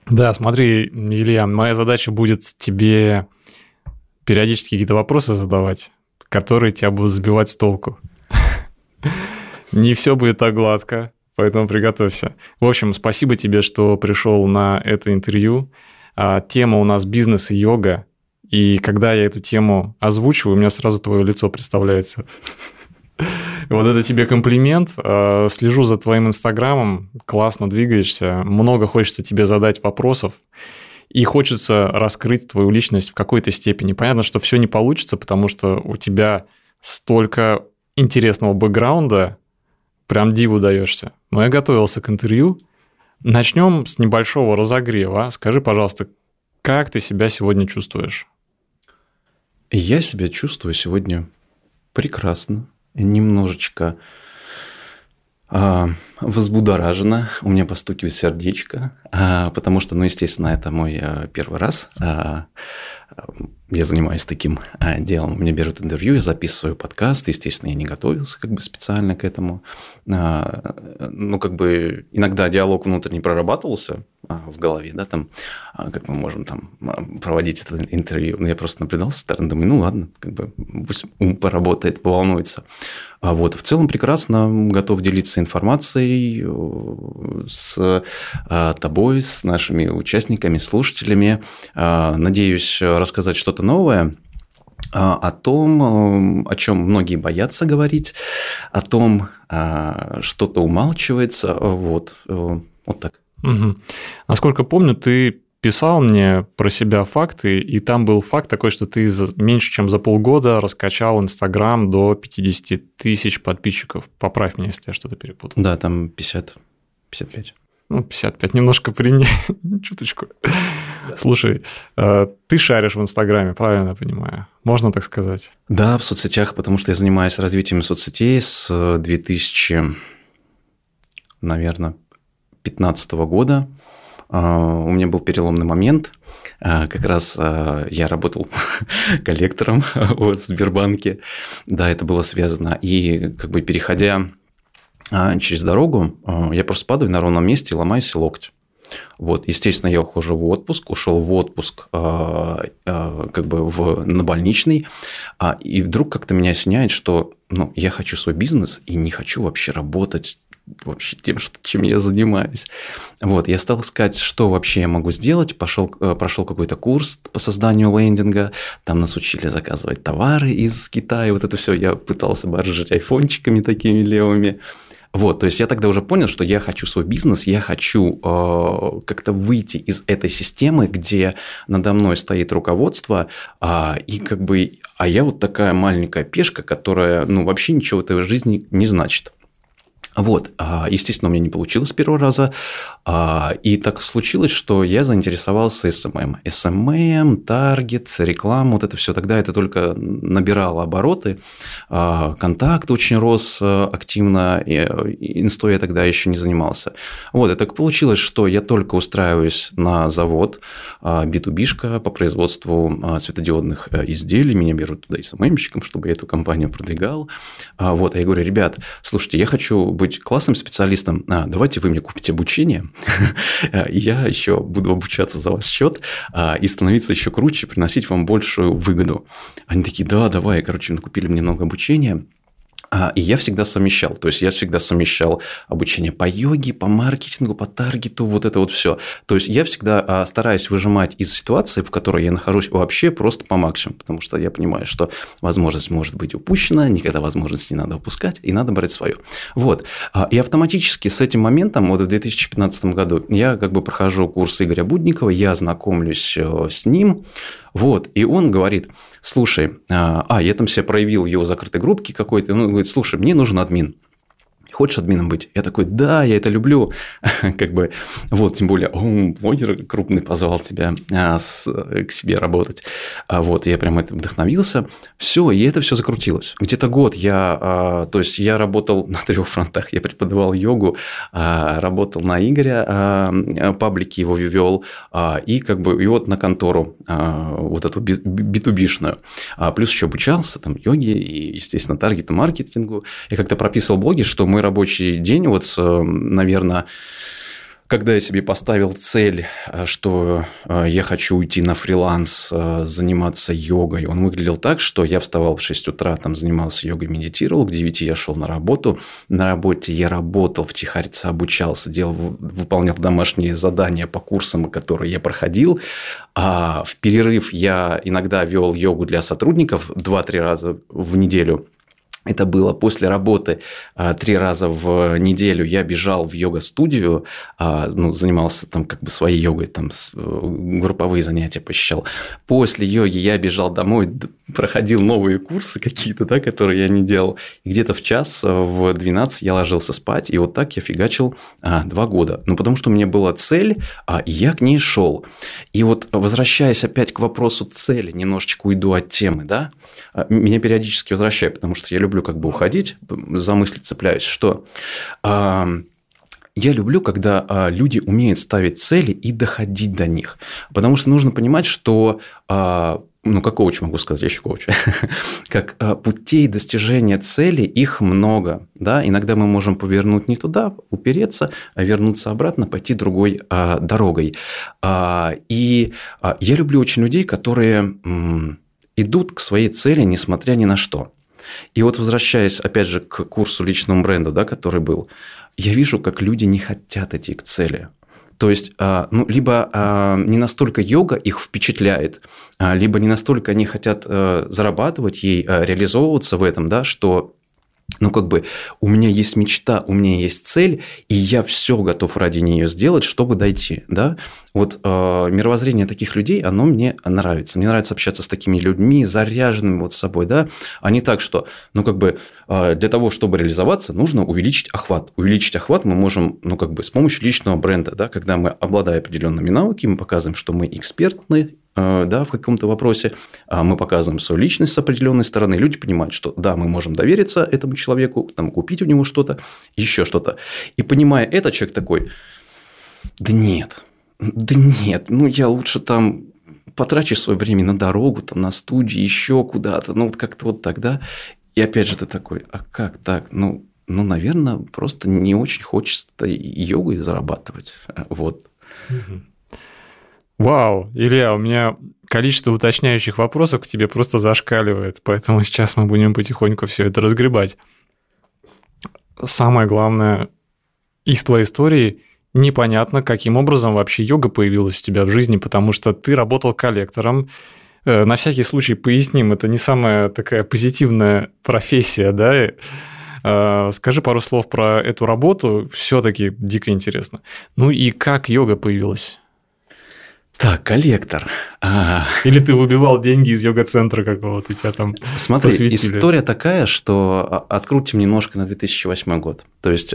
Да, смотри, Илья, моя задача будет тебе периодически какие-то вопросы задавать, которые тебя будут сбивать с толку. Не все будет так гладко, поэтому приготовься. В общем, спасибо тебе, что пришел на это интервью. Тема у нас бизнес и йога. И когда я эту тему озвучиваю, у меня сразу твое лицо представляется. Вот это тебе комплимент. Слежу за твоим инстаграмом, классно двигаешься, много хочется тебе задать вопросов, и хочется раскрыть твою личность в какой-то степени. Понятно, что все не получится, потому что у тебя столько интересного бэкграунда, прям диву даешься. Но я готовился к интервью. Начнем с небольшого разогрева. Скажи, пожалуйста, как ты себя сегодня чувствуешь? Я себя чувствую сегодня прекрасно, немножечко взбудораженно, у меня постукивает сердечко, потому что, естественно, это мой первый раз. Я занимаюсь таким делом. У меня берут интервью, я записываю подкаст. Естественно, я не готовился специально к этому. Иногда диалог внутренне прорабатывался в голове, да, там, как мы можем там проводить это интервью. Но я просто наблюдал со стороны, думаю, ладно, пусть ум поработает, поволнуется. В целом прекрасно, готов делиться информацией с тобой, с нашими участниками, слушателями. Надеюсь рассказать что-то новое о том, о чем многие боятся говорить, о том, что-то умалчивается. Вот так. Угу. Насколько помню, ты писал мне про себя факты, и там был факт такой, что ты меньше чем за полгода раскачал Инстаграм до 50 тысяч подписчиков. Поправь меня, если я что-то перепутал. Да, там 55. 55, немножко чуточку. Да. Слушай, ты шаришь в Инстаграме, правильно я понимаю? Можно так сказать? Да, в соцсетях, потому что я занимаюсь развитием соцсетей с 2015 года. У меня был переломный момент. Как раз я работал коллектором в Сбербанке. Да, это было связано. И переходя через дорогу, я просто падаю на ровном месте и ломаю себе локоть. Естественно, я ушел в отпуск на больничный, и вдруг как-то меня осеняет, что я хочу свой бизнес и не хочу вообще работать тем, чем я занимаюсь. Я стал искать, что вообще я могу сделать. Прошел какой-то курс по созданию лендинга. Там нас учили заказывать товары из Китая. Это все я пытался барыжить айфончиками такими левыми. То есть я тогда уже понял, что я хочу свой бизнес, я хочу как-то выйти из этой системы, где надо мной стоит руководство, а я такая маленькая пешка, которая вообще ничего в этой жизни не значит. Естественно, у меня не получилось с первого раза. И так случилось, что я заинтересовался СММ. СММ, таргет, реклама, это все. Тогда это только набирало обороты. Контакт очень рос активно. Инстой я тогда еще не занимался. И так получилось, что я только устраиваюсь на завод B2B-шка по производству светодиодных изделий. Меня берут туда СММщиком, чтобы я эту компанию продвигал. Я говорю, ребят, слушайте, я хочу быть классным специалистом, давайте вы мне купите обучение, и я еще буду обучаться за ваш счет и становиться еще круче, приносить вам большую выгоду. Они такие, да, давай, накупили мне много обучения. И я всегда совмещал. То есть, я всегда совмещал обучение по йоге, по маркетингу, по таргету, это все. То есть, я всегда стараюсь выжимать из ситуации, в которой я нахожусь, вообще просто по максимуму. Потому что я понимаю, что возможность может быть упущена, никогда возможность не надо упускать, и надо брать свою. И автоматически с этим моментом, в 2015 году, я прохожу курс Игоря Будникова, я знакомлюсь с ним. И он говорит, слушай, я там себя проявил в его закрытой группке какой-то, он говорит, слушай, мне нужен админ. Хочешь админом быть? Я такой, да, я это люблю. Тем более, блогер крупный позвал тебя к себе работать. Я прям это вдохновился. Все, и это все закрутилось. Где-то год я работал на 3 фронтах. Я преподавал йогу, работал на Игоря, паблики его вел, и на контору эту B2B-шную. Плюс еще обучался там йоге и, естественно, таргету, маркетингу. Я как-то прописывал блоги, что мой рабочий день, наверное, Когда я себе поставил цель, что я хочу уйти на фриланс, заниматься йогой, он выглядел так, что я вставал в 6 утра, там занимался йогой, медитировал, к 9 я шел на работу. На работе я работал, втихаря обучался, выполнял домашние задания по курсам, которые я проходил. А в перерыв я иногда вел йогу для сотрудников 2-3 раза в неделю. Это было после работы 3 раза в неделю. Я бежал в йога-студию, занимался там как бы своей йогой, там групповые занятия посещал. После йоги я бежал домой, проходил новые курсы какие-то, да, которые я не делал. И где-то в час, в 12 я ложился спать, и вот так я фигачил 2 года. Ну, потому что у меня была цель, и я к ней шел. И вот, возвращаясь опять к вопросу цели, немножечко уйду от темы, да, меня периодически возвращают, потому что я люблю как бы уходить, за мысли цепляюсь, что я люблю, когда люди умеют ставить цели и доходить до них. Потому что нужно понимать, что, как коуч могу сказать, я еще коуч, как путей достижения цели их много. Да? Иногда мы можем повернуть не туда, упереться, а вернуться обратно, пойти другой дорогой. И я люблю очень людей, которые идут к своей цели, несмотря ни на что. И вот, возвращаясь, опять же, к курсу личному бренду, да, который был, я вижу, как люди не хотят идти к цели. То есть, либо не настолько йога их впечатляет, либо не настолько они хотят зарабатывать ей, реализовываться в этом, да, что... у меня есть мечта, у меня есть цель, и я все готов ради нее сделать, чтобы дойти. Да? Вот мировоззрение таких людей, оно мне нравится. Мне нравится общаться с такими людьми, заряженными вот собой. Да? А не так, что для того, чтобы реализоваться, нужно увеличить охват. Увеличить охват мы можем с помощью личного бренда. Да? Когда мы, обладая определенными навыками, мы показываем, что мы экспертны, да, в каком-то вопросе, мы показываем свою личность с определенной стороны, люди понимают, что да, мы можем довериться этому человеку, там, купить у него что-то, еще что-то. И понимая это, человек такой: да нет, я лучше там потрачу свое время на дорогу, там, на студию, еще куда-то, как-то вот так, да. И опять же ты такой: а как так? Наверное, просто не очень хочется йогой зарабатывать. Вот. Вау, Илья, у меня количество уточняющих вопросов к тебе просто зашкаливает, поэтому сейчас мы будем потихоньку все это разгребать. Самое главное, из твоей истории непонятно, каким образом вообще йога появилась у тебя в жизни, потому что ты работал коллектором. На всякий случай поясним, это не самая такая позитивная профессия, да? Скажи пару слов про эту работу, все-таки дико интересно. Ну и как йога появилась? Так, коллектор. Или ты выбивал деньги из йога-центра какого-то, тебя там Смотри, посвятили. История такая, что открутим немножко на 2008 год. То есть,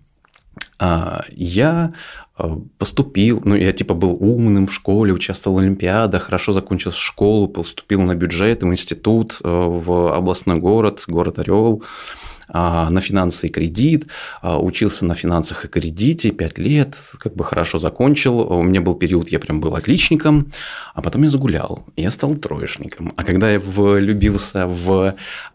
я поступил, я был умным в школе, участвовал в олимпиадах, хорошо закончил школу, поступил на бюджет в институт, в областной город Орел, на финансы и кредит, учился на финансах и кредите 5 лет, хорошо закончил. У меня был период, я прям был отличником, а потом я загулял, я стал троечником. А когда я влюбился в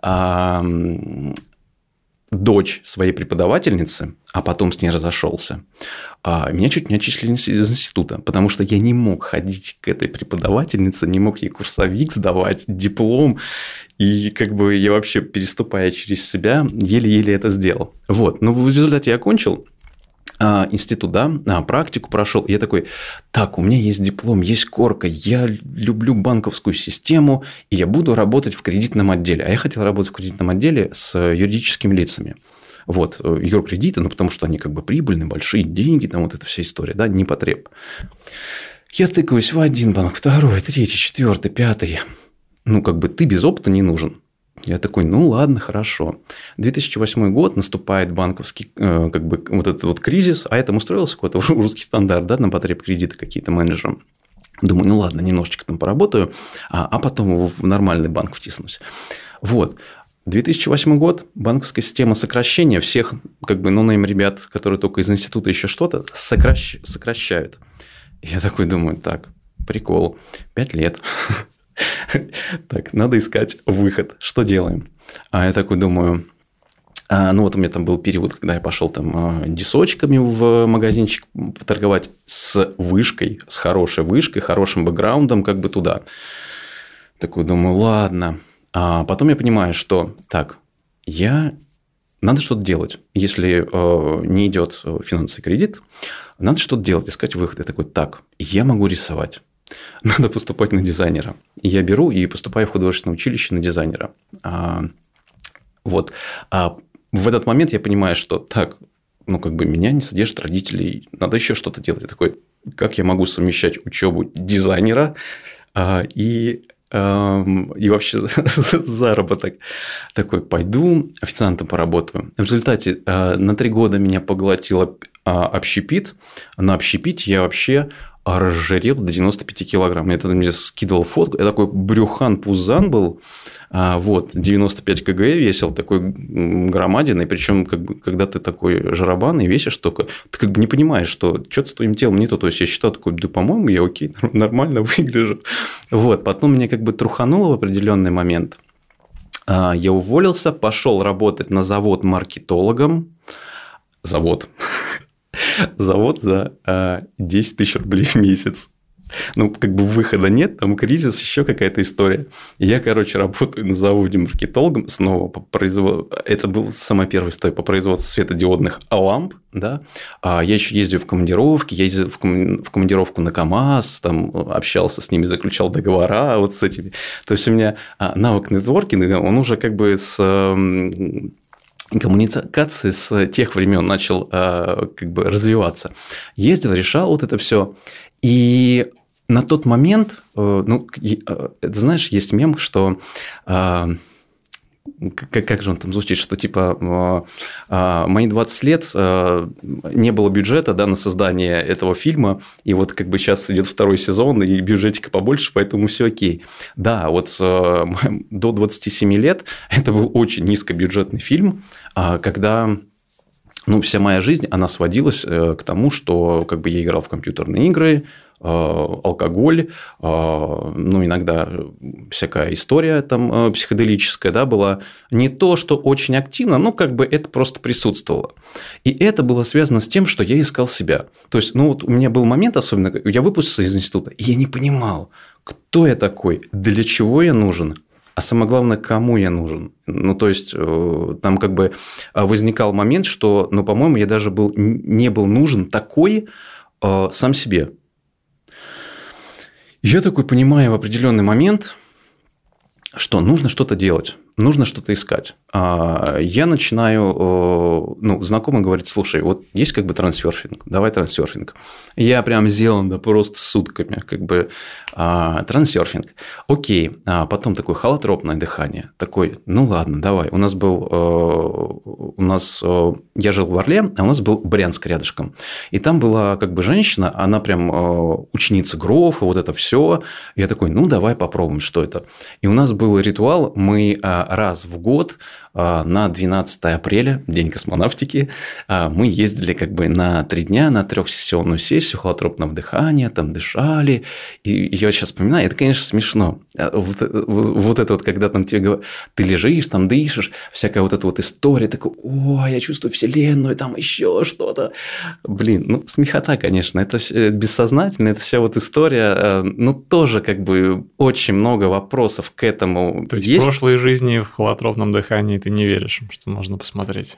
дочь своей преподавательницы, а потом с ней разошелся, меня чуть не отчислили из института, потому что я не мог ходить к этой преподавательнице, не мог ей курсовик сдавать, диплом, и я вообще, переступая через себя, еле-еле это сделал. Вот, но в результате я окончил институт, да, практику прошел, и я такой: так, у меня есть диплом, есть корка, я люблю банковскую систему, и я буду работать в кредитном отделе. А я хотел работать в кредитном отделе с юридическими лицами. Вот, юркредиты, потому что они прибыльные, большие деньги, там вот эта вся история, да, непотреб. Я тыкаюсь в один банк, второй, третий, четвертый, пятый. Ты без опыта не нужен. Я такой: ладно, хорошо. 2008 год, наступает банковский, вот этот вот кризис, а я там устроился какой-то русский стандарт, да, на потреб кредита какие-то менеджером. Думаю, ладно, немножечко там поработаю, а потом в нормальный банк втиснусь. Вот. 2008 год, банковская система сокращения всех, ноунейм ребят, которые только из института еще что-то, сокращают. Я такой думаю: так, прикол, 5 лет. Так, надо искать выход. Что делаем? А я такой думаю: Ну, вот у меня там был период, когда я пошел там дисочками в магазинчик поторговать с вышкой, с хорошей вышкой, хорошим бэкграундом, как бы туда. Такой думаю, ладно. А потом я понимаю, что так, надо что-то делать. Если не идет финансовый кредит, надо что-то делать, искать выход. Я такой, так, я могу рисовать. Надо поступать на дизайнера. И я беру и поступаю в художественное училище на дизайнера. Вот. А в этот момент я понимаю, что так, ну, как бы меня не содержат родителей, надо еще что-то делать. Я такой, как я могу совмещать учебу дизайнера и вообще заработок? Такой, пойду официантом поработаю. В результате на 3 года меня поглотил общепит. На общепите я вообще разжирел до 95 килограмм. Я тогда мне скидывал фотку. Я такой брюхан-пузан был. Вот, 95 кг весил, такой громадиный. Причем, когда ты такой жиробан и весишь только, ты как бы не понимаешь, что что-то с твоим телом не то. То есть, я считал такой, да, по-моему, я окей, нормально выгляжу. Вот, потом меня как бы трухануло в определенный момент. Я уволился, пошел работать на завод маркетологом. Завод за 10 тысяч рублей в месяц. Ну, как бы выхода нет, там кризис, еще какая-то история. И я, работаю на заводе маркетологом снова по производству. Это был самый первый стой по производству светодиодных ламп. Да? Я еще ездил в командировки, я ездил в командировку на КамАЗ, там общался с ними, заключал договора вот с этими. То есть, у меня навык нетворкинга, он уже как бы с коммуникации с тех времен начал как бы развиваться. Ездил, решал вот это все. И на тот момент, ну, знаешь, есть мем, что как же он там звучит, что типа мои 20 лет не было бюджета, да, на создание этого фильма, и вот как бы сейчас идет 2-й сезон, и бюджетика побольше, поэтому все окей. Да, вот до 27 лет это был очень низкобюджетный фильм, когда... Ну, вся моя жизнь, она сводилась к тому, что как бы я играл в компьютерные игры, алкоголь, ну, иногда всякая история там психоделическая, да, была не то, что очень активно, но как бы это просто присутствовало. И это было связано с тем, что я искал себя. То есть, ну, вот у меня был момент, особенно, я выпустился из института, и я не понимал, кто я такой, для чего я нужен. А самое главное, кому я нужен. Ну, то есть, там как бы возникал момент, что, ну, по-моему, я даже не был нужен такой сам себе. Я такой понимаю в определенный момент, что нужно что-то делать, нужно что-то искать. Я начинаю, ну, знакомый говорит, слушай, вот есть как бы трансерфинг, давай трансерфинг. Я прям сделан, да, просто сутками, как бы трансерфинг. Окей, потом такое холотропное дыхание, такой, ну, ладно, давай. Я жил в Орле, а у нас был Брянск рядышком. И там была как бы женщина, она прям ученица Грофа, вот это все. Я такой, ну, давай попробуем, что это. И у нас был ритуал, мы раз в год на 12 апреля, день космонавтики, мы ездили как бы на 3 дня на 3-сессионную сессию холотропного дыхания, там дышали. И я сейчас вспоминаю, это, конечно, смешно. Вот это вот, когда там тебе говорят, ты лежишь, там дышишь, всякая вот эта вот история, такой, о, я чувствую вселенную, там еще что-то. Блин, ну, смехота, конечно, это бессознательно, это вся вот история, ну, тоже как бы очень много вопросов к этому. То есть в прошлой жизни в холотропном дыхании ты не веришь, что можно посмотреть?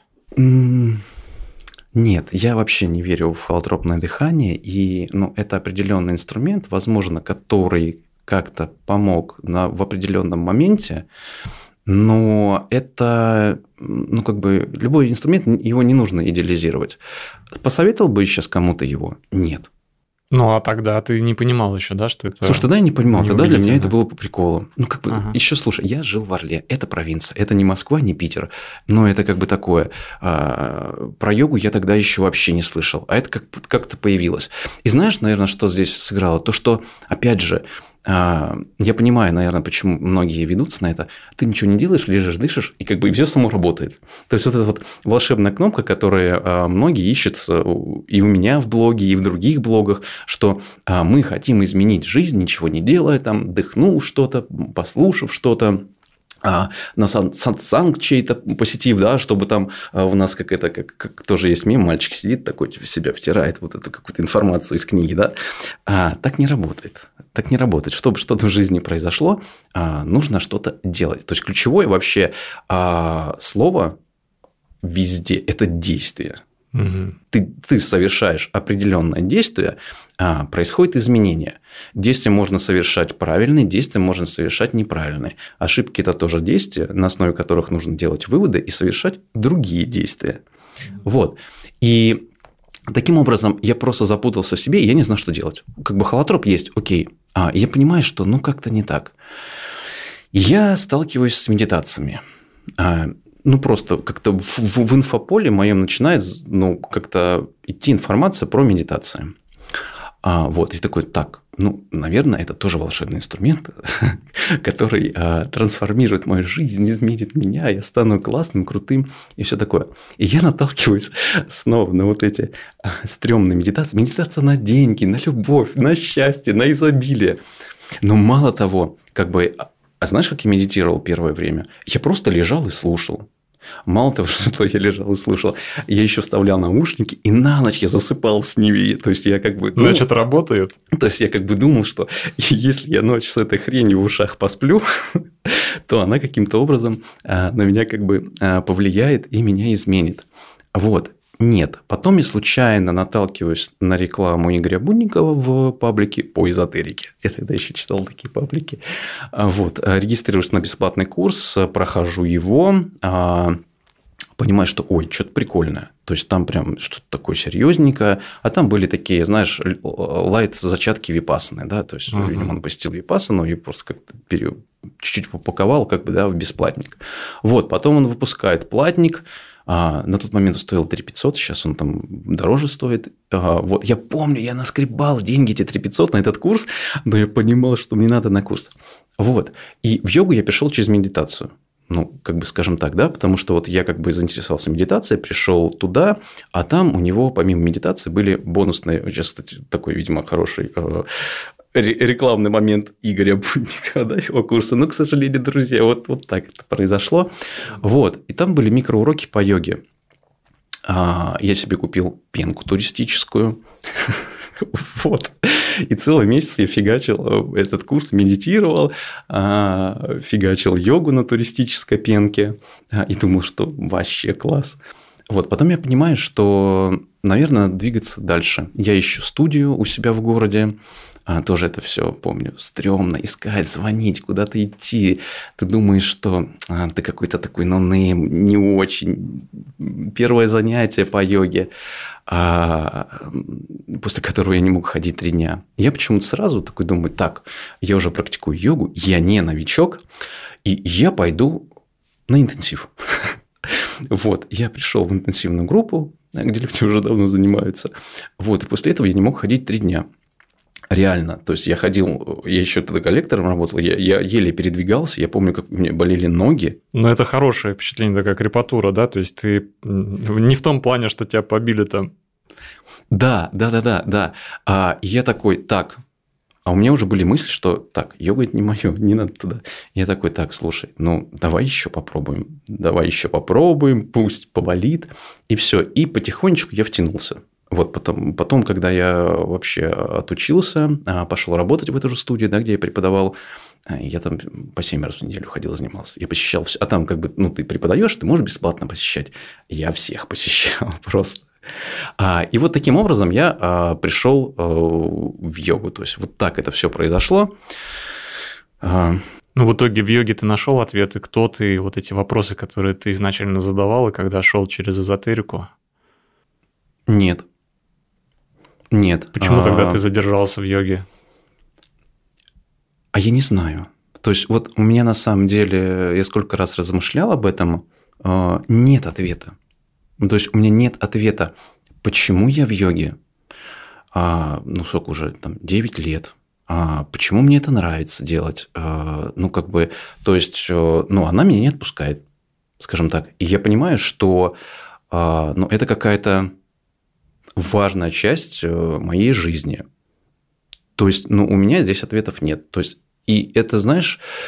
Нет, я вообще не верю в холотропное дыхание, и, ну, это определенный инструмент, возможно, который как-то помог в определенном моменте, но это, ну, как бы, любой инструмент, его не нужно идеализировать. Посоветовал бы сейчас кому-то его? Нет. Ну, а тогда ты не понимал еще, да, что это... Слушай, тогда я не понимал, тогда для меня это было по приколу. Ну, как бы, еще, слушай, я жил в Орле, это провинция, это не Москва, не Питер, но это как бы такое. Про йогу я тогда еще вообще не слышал, а это как-то появилось. И знаешь, наверное, что здесь сыграло? То, что, опять же, я понимаю, наверное, почему многие ведутся на это. Ты ничего не делаешь, лежишь, дышишь, и как бы все само работает. То есть, вот эта вот волшебная кнопка, которую многие ищут и у меня в блоге, и в других блогах, что мы хотим изменить жизнь, ничего не делая, там, дыхнув что-то, послушав что-то. на сатсанг чей-то посетив, да, чтобы там у нас как тоже есть мем, мальчик сидит такой, в себя втирает вот эту какую-то информацию из книги, да. Так не работает. Так не работает. Чтобы что-то в жизни произошло, нужно что-то делать. То есть, ключевое вообще слово везде – это действие. Угу. Ты совершаешь определенное действие, происходит изменение. Действия можно совершать правильные, действия можно совершать неправильные. Ошибки – это тоже действия, на основе которых нужно делать выводы и совершать другие действия. Вот. И таким образом я просто запутался в себе, и я не знаю, что делать. Как бы холотроп есть, окей. Я понимаю, что как-то не так. И я сталкиваюсь с медитациями. Просто как-то в инфополе моем начинает как-то идти информация про медитации. Вот, и такой, наверное, это тоже волшебный инструмент, который трансформирует мою жизнь, изменит меня, я стану классным, крутым и все такое. И я наталкиваюсь снова на вот эти стрёмные медитации. Медитация на деньги, на любовь, на счастье, на изобилие. Но мало того, знаешь, как я медитировал первое время? Я просто лежал и слушал. Мало того, что я лежал и слушал, я еще вставлял наушники, и на ночь я засыпал с ними. То есть, я Значит, работает. То есть, я думал, что если я ночь с этой хренью в ушах посплю, то она каким-то образом на меня повлияет и меня изменит. Вот. Нет. Потом я случайно наталкиваюсь на рекламу Игоря Будникова в паблике по эзотерике. Я тогда еще читал такие паблики. Вот. Регистрируюсь на бесплатный курс, прохожу его, понимаю, что что-то прикольное. То есть, там прям что-то такое серьезненькое. А там были такие, знаешь, лайт-зачатки випассаны. Да? То есть, видимо, он посетил випассану и просто как-то чуть-чуть попаковал в бесплатник. Вот. Потом он выпускает платник. На тот момент он стоил 3500, сейчас он там дороже стоит. Вот, я помню, я наскребал деньги, эти 3500 на этот курс, но я понимал, что мне надо на курс. Вот. И в йогу я пришел через медитацию. Скажем так, да, потому что вот я заинтересовался медитацией, пришел туда, а там у него помимо медитации были бонусные, сейчас, кстати, такой, видимо, хороший рекламный момент Игоря Будникова, да, его курса. Но, к сожалению, друзья, вот так это произошло. Вот. И там были микроуроки по йоге. Я себе купил пенку туристическую. Вот. И целый месяц я фигачил этот курс, медитировал, фигачил йогу на туристической пенке. И думал, что вообще класс. Вот. Потом я понимаю, что, наверное, надо двигаться дальше. Я ищу студию у себя в городе. Тоже это все помню. Стрёмно искать, звонить, куда-то идти. Ты думаешь, что ты какой-то такой ноунейм, не очень. Первое занятие по йоге, после которого я не мог ходить 3 дня. Я почему-то сразу такой думаю, я уже практикую йогу, я не новичок, и я пойду на интенсив. Вот, я пришел в интенсивную группу, где люди уже давно занимаются. Вот, и после этого я не мог ходить 3 дня. Реально. То есть, я ходил, я еще тогда коллектором работал, я еле передвигался, я помню, как у меня болели ноги. Но это хорошее впечатление, такая крепатура, да? То есть, ты не в том плане, что тебя побили там. Да. Я такой, а у меня уже были мысли, что йога – это не мое, не надо туда. Я такой, слушай, давай еще попробуем, пусть поболит, и все. И потихонечку я втянулся. Вот потом, когда я вообще отучился, пошел работать в эту же студию, да, где я преподавал, я там по 7 раз в неделю ходил, занимался. Я посещал все. А там ты преподаешь, ты можешь бесплатно посещать. Я всех посещал просто. И вот таким образом я пришел в йогу. То есть, вот так это все произошло. В итоге в йоге ты нашел ответы, кто ты, вот эти вопросы, которые ты изначально задавал, и когда шел через эзотерику? Нет. Почему тогда ты задержался в йоге? Я не знаю. То есть, вот у меня на самом деле, я сколько раз размышлял об этом, нет ответа. То есть, у меня нет ответа, почему я в йоге. Сколько уже, 9 лет. Почему мне это нравится делать? То есть, она меня не отпускает, скажем так. И я понимаю, что это какая-то важная часть моей жизни. То есть, у меня здесь ответов нет. То есть, и это, знаешь,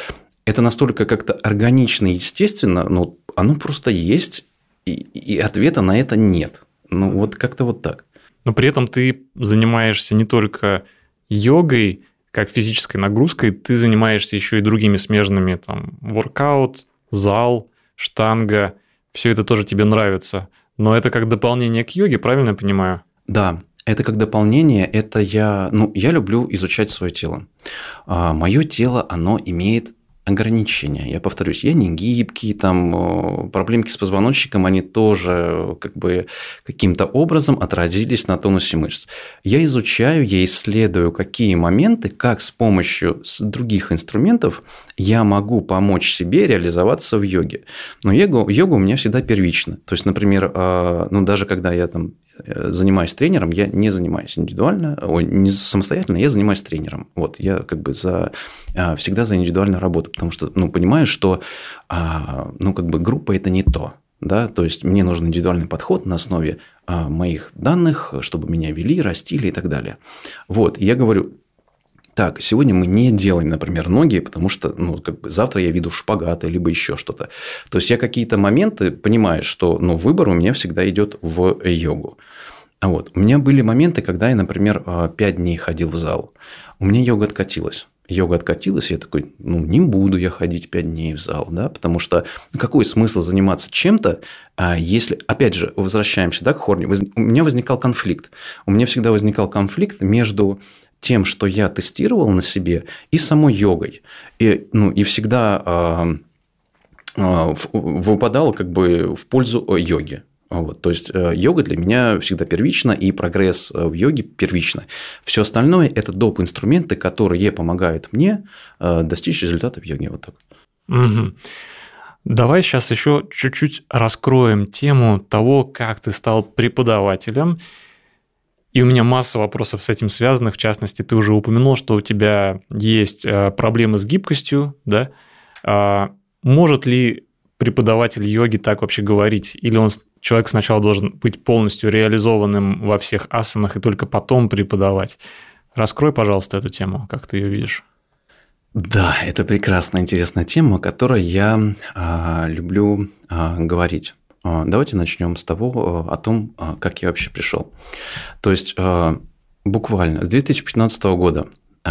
это настолько как-то органично и естественно, но оно просто есть, и ответа на это нет. Ну, вот как-то вот так. Но при этом ты занимаешься не только йогой, как физической нагрузкой, ты занимаешься еще и другими смежными, там, воркаут, зал, штанга. Все это тоже тебе нравится. Но это как дополнение к йоге, правильно я понимаю? Да, это как дополнение, это я люблю изучать свое тело. Мое тело, оно имеет ограничения. Я повторюсь, я не гибкий, там проблемки с позвоночником, они тоже как бы каким-то образом отразились на тонусе мышц. Я изучаю, я исследую, какие моменты, как с помощью других инструментов я могу помочь себе реализоваться в йоге. Но йога у меня всегда первична. То есть, например, даже когда я там занимаюсь тренером, я не занимаюсь индивидуально, не самостоятельно, я занимаюсь тренером. Вот, я как бы всегда за индивидуальную работу, потому что, понимаю, что, группа – это не то. Да? То есть, мне нужен индивидуальный подход на основе моих данных, чтобы меня вели, растили и так далее. Вот, я говорю, так, сегодня мы не делаем, например, ноги, потому что завтра я веду шпагаты, либо еще что-то. То есть, я какие-то моменты понимаю, что выбор у меня всегда идет в йогу. Вот. У меня были моменты, когда я, например, 5 дней ходил в зал. У меня йога откатилась. И я такой, не буду я ходить 5 дней в зал, да, потому что какой смысл заниматься чем-то, если, опять же, возвращаемся, к хорне, у меня возникал конфликт. У меня всегда возникал конфликт между тем, что я тестировал на себе, и самой йогой. И всегда выпадало как бы в пользу йоги. Вот. То есть, йога для меня всегда первична, и прогресс в йоге первично. Все остальное – это доп. Инструменты, которые помогают мне достичь результата в йоге. Вот так. Угу. Давай сейчас еще чуть-чуть раскроем тему того, как ты стал преподавателем. И у меня масса вопросов с этим связанных. В частности, ты уже упомянул, что у тебя есть проблемы с гибкостью. Да? Может ли преподаватель йоги так вообще говорить? Или человек сначала должен быть полностью реализованным во всех асанах и только потом преподавать? Раскрой, пожалуйста, эту тему, как ты ее видишь. Да, это прекрасная, интересная тема, о которой я люблю говорить. Давайте начнем с того, о том, как я вообще пришел. То есть, буквально с 2015 года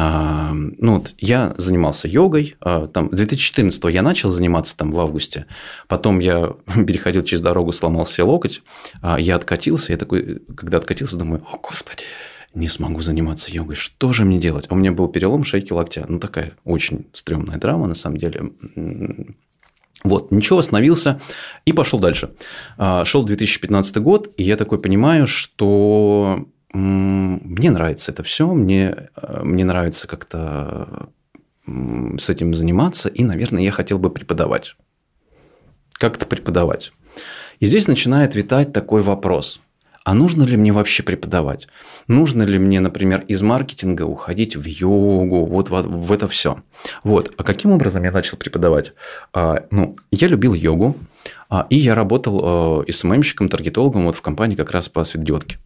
я занимался йогой. С 2014 я начал заниматься в августе. Потом я переходил через дорогу, сломал себе локоть. Я откатился. Я такой, когда откатился, думаю, о, Господи, не смогу заниматься йогой. Что же мне делать? У меня был перелом шейки локтя. Такая очень стрёмная драма, на самом деле. Вот, ничего, остановился и пошел дальше. Шел 2015 год, и я такой понимаю, что мне нравится это все, мне нравится как-то с этим заниматься, и, наверное, я хотел бы преподавать. Как-то преподавать. И здесь начинает витать такой вопрос. А нужно ли мне вообще преподавать? Нужно ли мне, например, из маркетинга уходить в йогу, вот в это все? Вот. А каким образом я начал преподавать? Я любил йогу, и я работал СММщиком, таргетологом в компании как раз по светодиодке.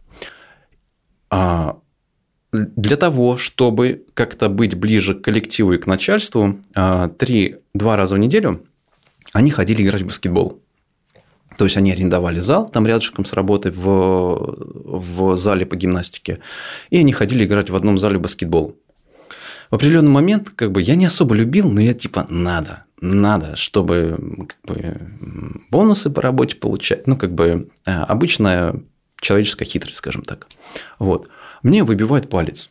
Для того, чтобы как-то быть ближе к коллективу и к начальству, 2 раза в неделю они ходили играть в баскетбол. То есть, они арендовали зал там рядышком с работой в зале по гимнастике, и они ходили играть в одном зале в баскетбол. В определенный момент я не особо любил, но я надо, чтобы бонусы по работе получать. Обычная человеческая хитрость, скажем так. Вот. Мне выбивает палец.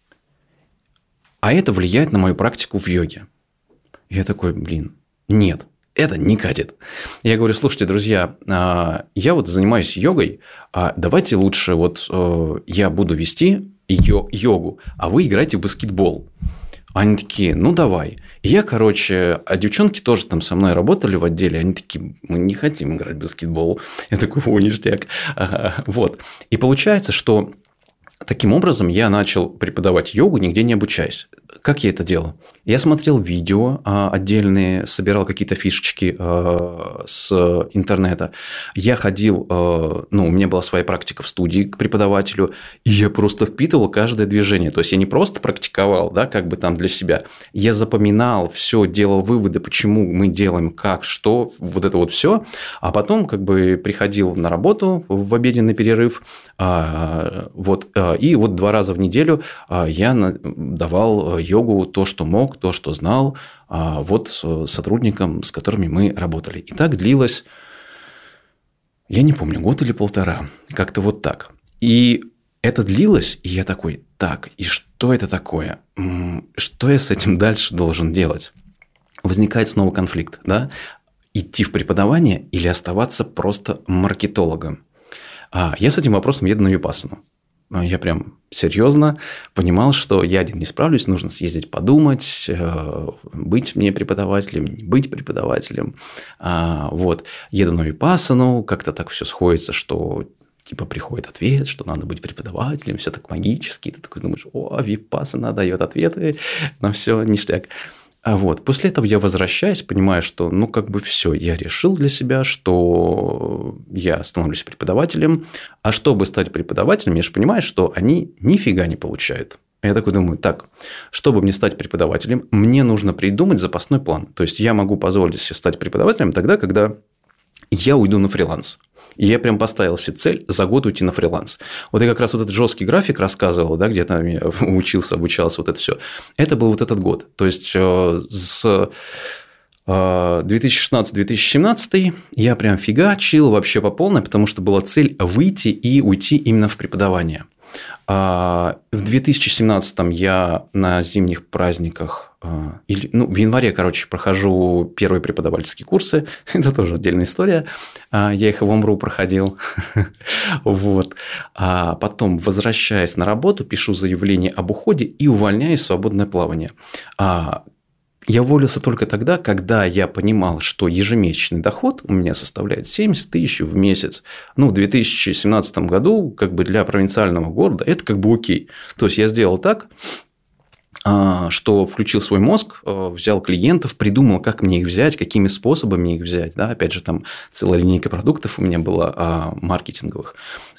А это влияет на мою практику в йоге. Я такой, нет. Это не катит. Я говорю, слушайте, друзья, я занимаюсь йогой, давайте лучше я буду вести йогу, а вы играете в баскетбол. Они такие, давай. И я, а девчонки тоже там со мной работали в отделе, они такие, мы не хотим играть в баскетбол. Я такой, ништяк. Вот. И получается, что Таким образом, я начал преподавать йогу, нигде не обучаясь. Как я это делал? Я смотрел видео отдельные, собирал какие-то фишечки с интернета. Я ходил, у меня была своя практика в студии к преподавателю, и я просто впитывал каждое движение. То есть, я не просто практиковал, да, как бы там для себя. Я запоминал все, делал выводы, почему мы делаем, как, что, вот это вот все. А потом как бы приходил на работу в обеденный перерыв, и вот 2 раза в неделю я давал йогу то, что мог, то, что знал, сотрудникам, с которыми мы работали. И так длилось, я не помню, 1 или 1,5, как-то вот так. И это длилось, и я такой, так, и что это такое? Что я с этим дальше должен делать? Возникает снова конфликт, да? Идти в преподавание или оставаться просто маркетологом? Я с этим вопросом еду на випассану. Я прям серьезно понимал, что я один не справлюсь, нужно съездить подумать, быть мне преподавателем, не быть преподавателем. Еду на випассану, как-то так все сходится, что типа приходит ответ, что надо быть преподавателем, все так магически. Ты такой думаешь, випассана дает ответы, на все ништяк. После этого я возвращаюсь, понимаю, что, все, я решил для себя, что я становлюсь преподавателем, а чтобы стать преподавателем, я же понимаю, что они нифига не получают. Я такой думаю, чтобы мне стать преподавателем, мне нужно придумать запасной план. То есть, я могу позволить себе стать преподавателем тогда, когда я уйду на фриланс. И я прям поставил себе цель за год уйти на фриланс. Я как раз этот жесткий график рассказывал, да, где там я учился, обучался, это все. Это был этот год. То есть, с 2016-2017 я прям фигачил вообще по полной, потому что была цель выйти и уйти именно в преподавание. В 2017 я на зимних праздниках, в январе, прохожу первые преподавательские курсы. Это тоже отдельная история. Я их в ОМРУ проходил. А потом, возвращаясь на работу, пишу заявление об уходе и увольняюсь в свободное плавание. Я уволился только тогда, когда я понимал, что ежемесячный доход у меня составляет 70 тысяч в месяц. В 2017 году, для провинциального города, это окей. То есть, я сделал так, что включил свой мозг, взял клиентов, придумал, как мне их взять, какими способами их взять. Да? Опять же, там целая линейка продуктов у меня была маркетинговых.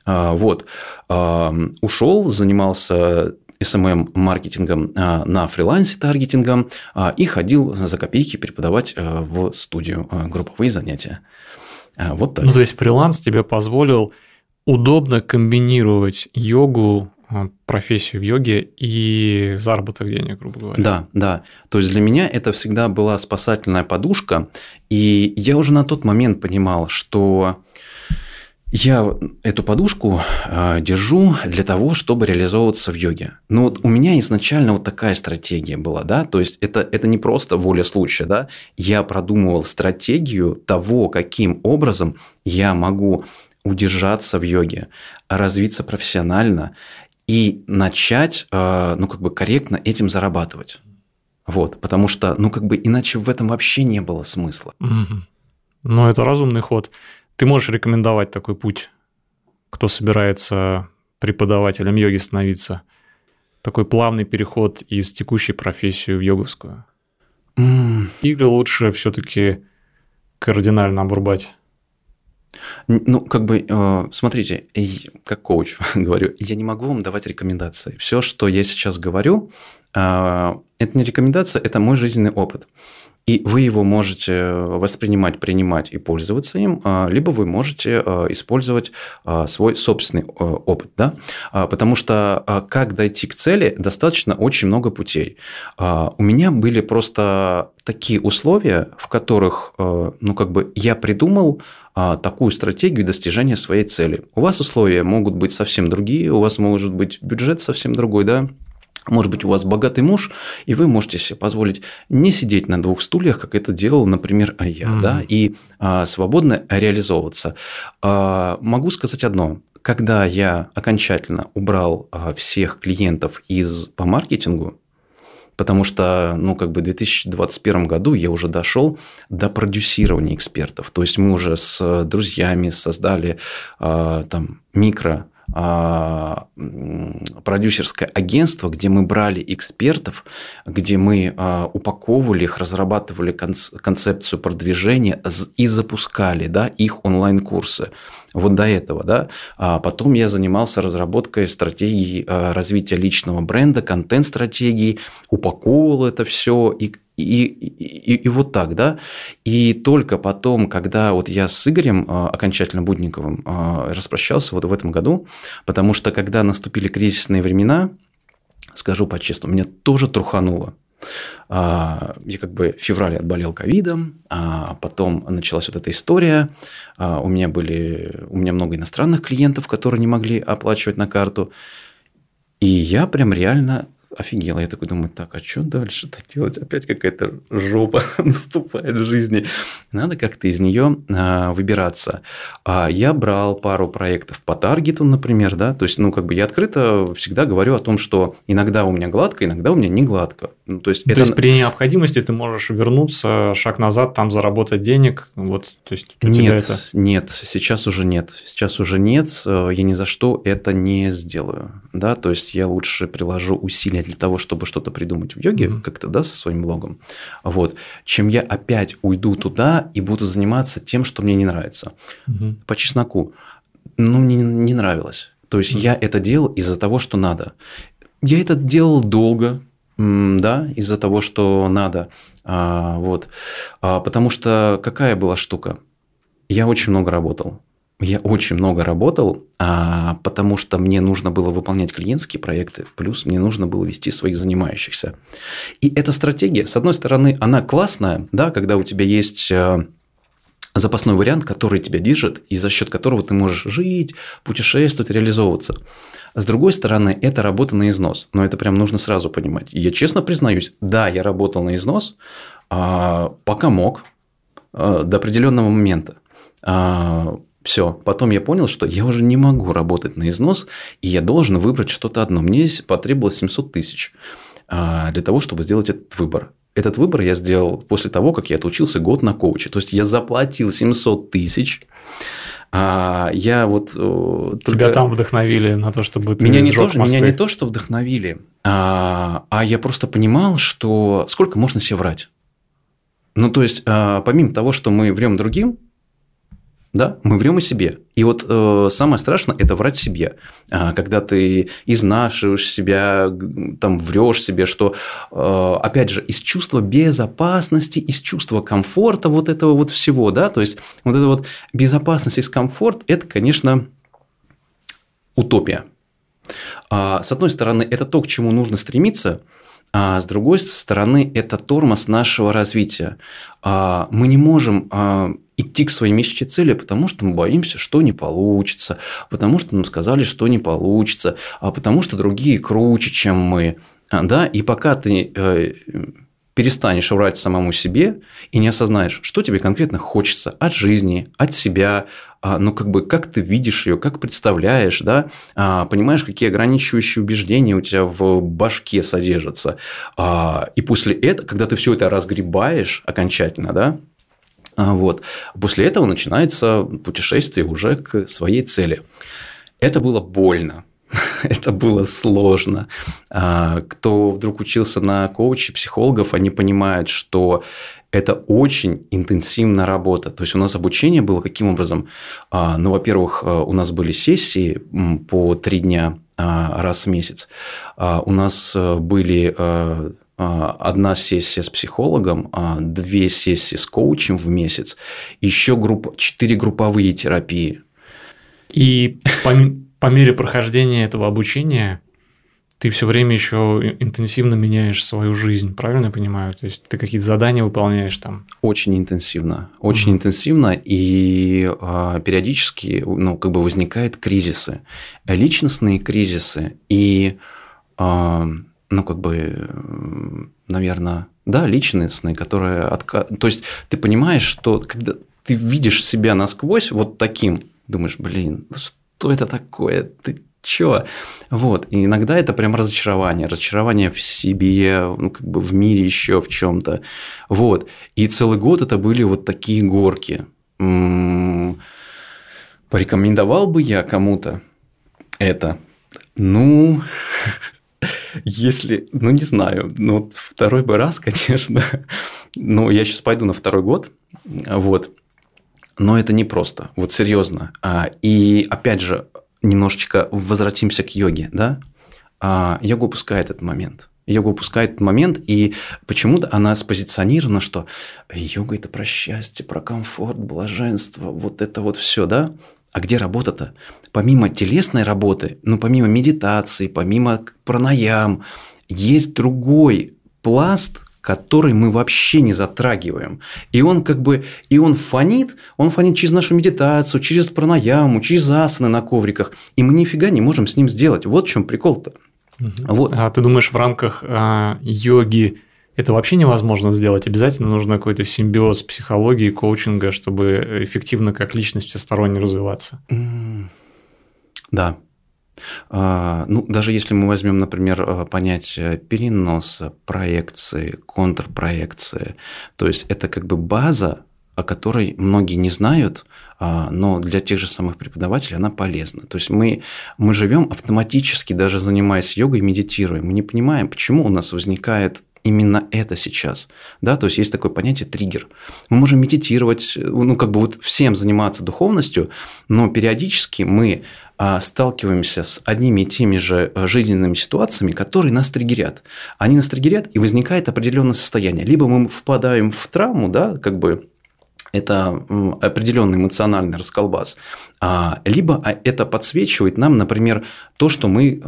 Ушел, занимался SMM-маркетингом на фрилансе, таргетингом, и ходил за копейки преподавать в студию групповые занятия. Вот так. То есть, фриланс тебе позволил удобно комбинировать йогу, профессию в йоге и заработок денег, грубо говоря. Да. То есть, для меня это всегда была спасательная подушка, и я уже на тот момент понимал, что я эту подушку держу для того, чтобы реализовываться в йоге. Но у меня изначально такая стратегия была, да, то есть это не просто воля случая, да, я продумывал стратегию того, каким образом я могу удержаться в йоге, развиться профессионально и начать, корректно этим зарабатывать. Потому что, иначе в этом вообще не было смысла. Это разумный ход. Ты можешь рекомендовать такой путь, кто собирается преподавателем йоги становиться? Такой плавный переход из текущей профессии в йоговскую? Или лучше все-таки кардинально обрубать? Смотрите, как коуч говорю, я не могу вам давать рекомендации. Все, что я сейчас говорю, это не рекомендация, это мой жизненный опыт. И вы его можете воспринимать, принимать и пользоваться им, либо вы можете использовать свой собственный опыт. Да? Потому что как дойти к цели, достаточно очень много путей. У меня были просто такие условия, в которых я придумал такую стратегию достижения своей цели. У вас условия могут быть совсем другие, у вас может быть бюджет совсем другой, да? Может быть, у вас богатый муж, и вы можете себе позволить не сидеть на 2 стульях, как это делал, например, я, да, и свободно реализовываться. Могу сказать одно. Когда я окончательно убрал всех клиентов по маркетингу, потому что, в 2021 году я уже дошел до продюсирования экспертов. То есть, мы уже с друзьями создали микро продюсерское агентство, где мы брали экспертов, где мы упаковывали их, разрабатывали концепцию продвижения и запускали, да, их онлайн-курсы. Вот до этого, да. А потом я занимался разработкой стратегии развития личного бренда, контент-стратегии, упаковывал это все и вот так, да. И только потом, когда вот я с Игорем окончательно Будниковым распрощался вот в этом году, потому что когда наступили кризисные времена, скажу по-честному, меня тоже трухануло. Я как бы в феврале отболел ковидом, а потом началась вот эта история. У меня много иностранных клиентов, которые не могли оплачивать на карту. И я прям реально офигел. Я такой думаю, так, а что дальше-то делать? Опять какая-то жопа наступает в жизни. Надо как-то из нее выбираться. Я брал пару проектов по таргету, например, да, то есть, ну, как бы я открыто всегда говорю о том, что иногда у меня гладко, иногда у меня не гладко. Ну, то есть при необходимости ты можешь вернуться, шаг назад, там заработать денег, вот, то есть у тебя это... Нет, сейчас уже нет. Я ни за что это не сделаю, да, то есть я лучше приложу усилия для того, чтобы что-то придумать в йоге, как-то, да, со своим блогом, вот, чем я опять уйду туда и буду заниматься тем, что мне не нравится. По чесноку, мне не нравилось. То есть я это делал из-за того, что надо. Я это делал долго, да, из-за того, что надо. Вот. Потому что какая была штука? Я очень много работал. Потому что мне нужно было выполнять клиентские проекты, плюс мне нужно было вести своих занимающихся. И эта стратегия, с одной стороны, она классная, да, когда у тебя есть запасной вариант, который тебя держит, и за счет которого ты можешь жить, путешествовать, реализовываться. С другой стороны, это работа на износ. Но это прям нужно сразу понимать. И я честно признаюсь, да, я работал на износ, пока мог, до определенного момента. Все, потом я понял, что я уже не могу работать на износ, и я должен выбрать что-то одно. Мне потребовалось 700 тысяч для того, чтобы сделать этот выбор. Этот выбор я сделал после того, как я отучился год на коуче. То есть я заплатил 700 тысяч. Я вот... Тебя там вдохновили на то, чтобы ты меня не то, что вдохновили, а я просто понимал, что сколько можно себе врать. Ну, то есть, помимо того, что мы врем другим, да, мы врем и себе. И вот самое страшное – это врать себе. Когда ты изнашиваешь себя, там, врешь себе, что, опять же, из чувства безопасности, из чувства комфорта вот этого вот всего, да, то есть, вот эта вот безопасность и комфорт – это, конечно, утопия. С одной стороны, это то, к чему нужно стремиться, а с другой стороны, это тормоз нашего развития. Мы не можем идти к своей мечте цели, потому что мы боимся, что не получится, потому что нам сказали, что не получится, потому что другие круче, чем мы. Да? И пока ты перестанешь врать самому себе и не осознаешь, что тебе конкретно хочется от жизни, от себя, ну, как бы, как ты видишь ее, как представляешь, да, понимаешь, какие ограничивающие убеждения у тебя в башке содержатся. И после этого, когда ты все это разгребаешь окончательно, да, вот, после этого начинается путешествие уже к своей цели. Это было больно. Это было сложно. Кто вдруг учился на коуче, психологов, они понимают, что это очень интенсивная работа. То есть, у нас обучение было каким образом? Ну, во-первых, у нас были сессии по 3 дня раз в месяц. У нас были 1 сессия с психологом, 2 сессии с коучем в месяц, еще 4 групповые терапии. И по мере прохождения этого обучения ты все время еще интенсивно меняешь свою жизнь, правильно я понимаю? То есть ты какие-то задания выполняешь там? Очень интенсивно, очень интенсивно, и периодически, ну, как бы возникают кризисы, личностные кризисы и, ну, как бы, наверное, да, личностные, которые то есть ты понимаешь, что когда ты видишь себя насквозь вот таким, думаешь, блин, что это такое? Ты чё? Вот. И иногда это прям разочарование в себе, ну, как бы в мире еще в чем-то. Вот. И целый год это были вот такие горки. Порекомендовал бы я кому-то Это, ну, если, ну, не знаю, ну, вот второй бы раз, конечно, но я сейчас пойду на второй год, вот, но это непросто, вот серьезно. И опять же, немножечко возвратимся к йоге, да, йога упускает этот момент. Йога упускает этот момент, и почему-то она спозиционирована, что йога – это про счастье, про комфорт, блаженство, вот это вот все, да? А где работа-то? Помимо телесной работы, ну, помимо медитации, помимо пранаям, есть другой пласт, который мы вообще не затрагиваем. И он как бы, и он фонит через нашу медитацию, через пранаяму, через асаны на ковриках, и мы нифига не можем с ним сделать. Вот в чем прикол-то. Вот. А ты думаешь, в рамках йоги это вообще невозможно сделать? Обязательно нужно какой-то симбиоз психологии, коучинга, чтобы эффективно как личность всесторонне развиваться? Да. Ну, даже если мы возьмем, например, понятие переноса, проекции, контрпроекции, то есть это как бы база, о которой многие не знают, но для тех же самых преподавателей она полезна. То есть мы живем автоматически, даже занимаясь йогой, медитируем. Мы не понимаем, почему у нас возникает именно это сейчас. Да? То есть есть такое понятие триггер. Мы можем медитировать, ну, как бы вот всем заниматься духовностью, но периодически мы сталкиваемся с одними и теми же жизненными ситуациями, которые нас триггерят. Они нас триггерят, и возникает определенное состояние. Либо мы впадаем в травму, да, как бы это определенный эмоциональный расколбас, либо это подсвечивает нам, например, то, что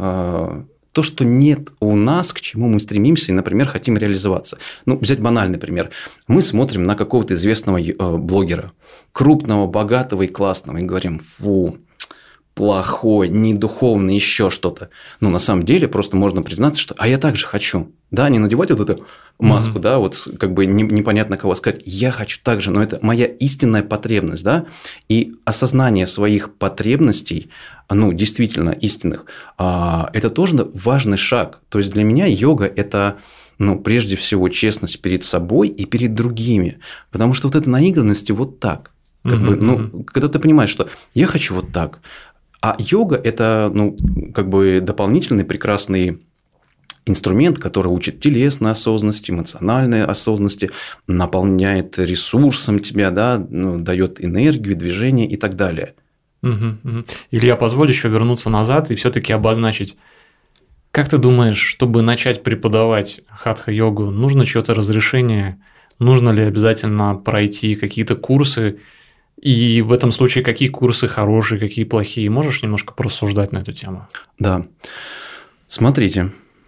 нет у нас, к чему мы стремимся и, например, хотим реализоваться. Ну, взять банальный пример. Мы смотрим на какого-то известного блогера, крупного, богатого и классного, и говорим: фу, плохой, недуховный, еще что-то. Ну, на самом деле, просто можно признаться, что я так же хочу. Да, не надевать вот эту маску, да, вот как бы непонятно кого сказать. Я хочу так же, но это моя истинная потребность, да. И осознание своих потребностей, ну, действительно истинных, это тоже важный шаг. То есть для меня йога – это, ну, прежде всего, честность перед собой и перед другими. Потому что вот эта наигранность вот так. Как бы, ну, когда ты понимаешь, что я хочу вот так, а йога – это, ну, как бы дополнительный прекрасный инструмент, который учит телесной осознанности, эмоциональной осознанности, наполняет ресурсом тебя, да, ну, дает энергию, движение и так далее. Илья, позволь еще вернуться назад и все-таки обозначить. Как ты думаешь, чтобы начать преподавать хатха-йогу, нужно чье-то разрешение? Нужно ли обязательно пройти какие-то курсы? И в этом случае какие курсы хорошие, какие плохие? Можешь немножко порассуждать на эту тему? Да. Смотрите.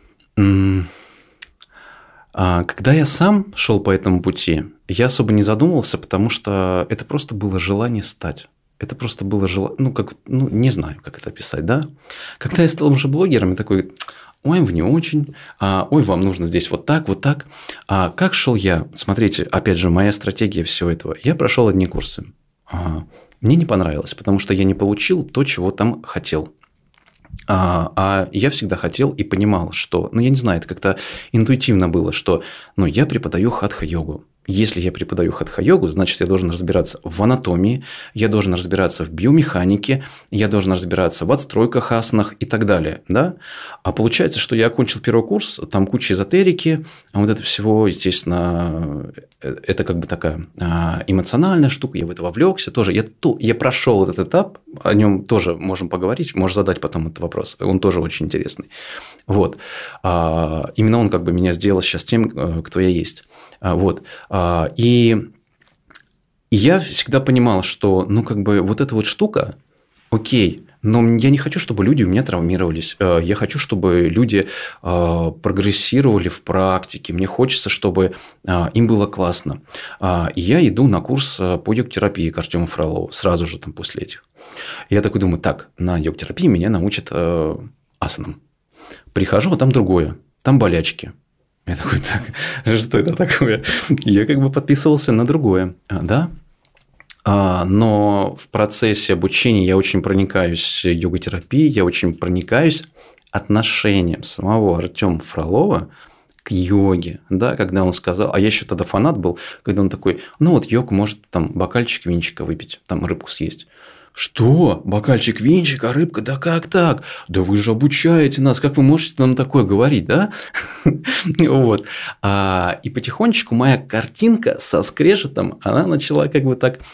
Когда я сам шел по этому пути, я особо не задумывался, потому что это просто было желание стать. Это просто было желание, ну, не знаю, как это описать, да? Когда я стал уже блогером, я такой: ой, вы не очень, ой, вам нужно здесь вот так, вот так. Как шел я? Смотрите, опять же, моя стратегия всего этого. Я прошел одни курсы. Мне не понравилось, потому что я не получил то, чего там хотел. А я всегда хотел и понимал, что, ну, я не знаю, это как-то интуитивно было, что, ну, я преподаю хатха-йогу. Если я преподаю хатха-йогу, значит, я должен разбираться в анатомии, я должен разбираться в биомеханике, я должен разбираться в отстройках, асанах и так далее, да? А получается, что я окончил первый курс, там куча эзотерики, а вот это всего, естественно, это как бы такая эмоциональная штука, я в это вовлекся тоже. Я прошел этот этап, о нем тоже можем поговорить, можешь задать потом этот вопрос, он тоже очень интересный. Вот. Именно он как бы меня сделал сейчас тем, кто я есть. Вот. И я всегда понимал, что, ну, как бы вот эта вот штука, окей, но я не хочу, чтобы люди у меня травмировались. Я хочу, чтобы люди прогрессировали в практике. Мне хочется, чтобы им было классно. И я иду на курс по йог-терапии к Артему Фролову сразу же там после этих. Я такой думаю: так, на йог-терапии меня научат асанам. Прихожу, а там другое, там болячки. Я такой: так, что это такое? Я как бы подписывался на другое, да? Но в процессе обучения я очень проникаюсь йога-терапией, я очень проникаюсь отношением самого Артема Фролова к йоге, да, когда он сказал, а я еще тогда фанат был, когда он такой: ну вот йог может там бокальчик винчика выпить, там рыбку съесть. Что? Бокальчик винчика, рыбка? Да как так? Да вы же обучаете нас. Как вы можете нам такое говорить, да? Вот. И потихонечку моя картинка со скрежетом, она начала как бы так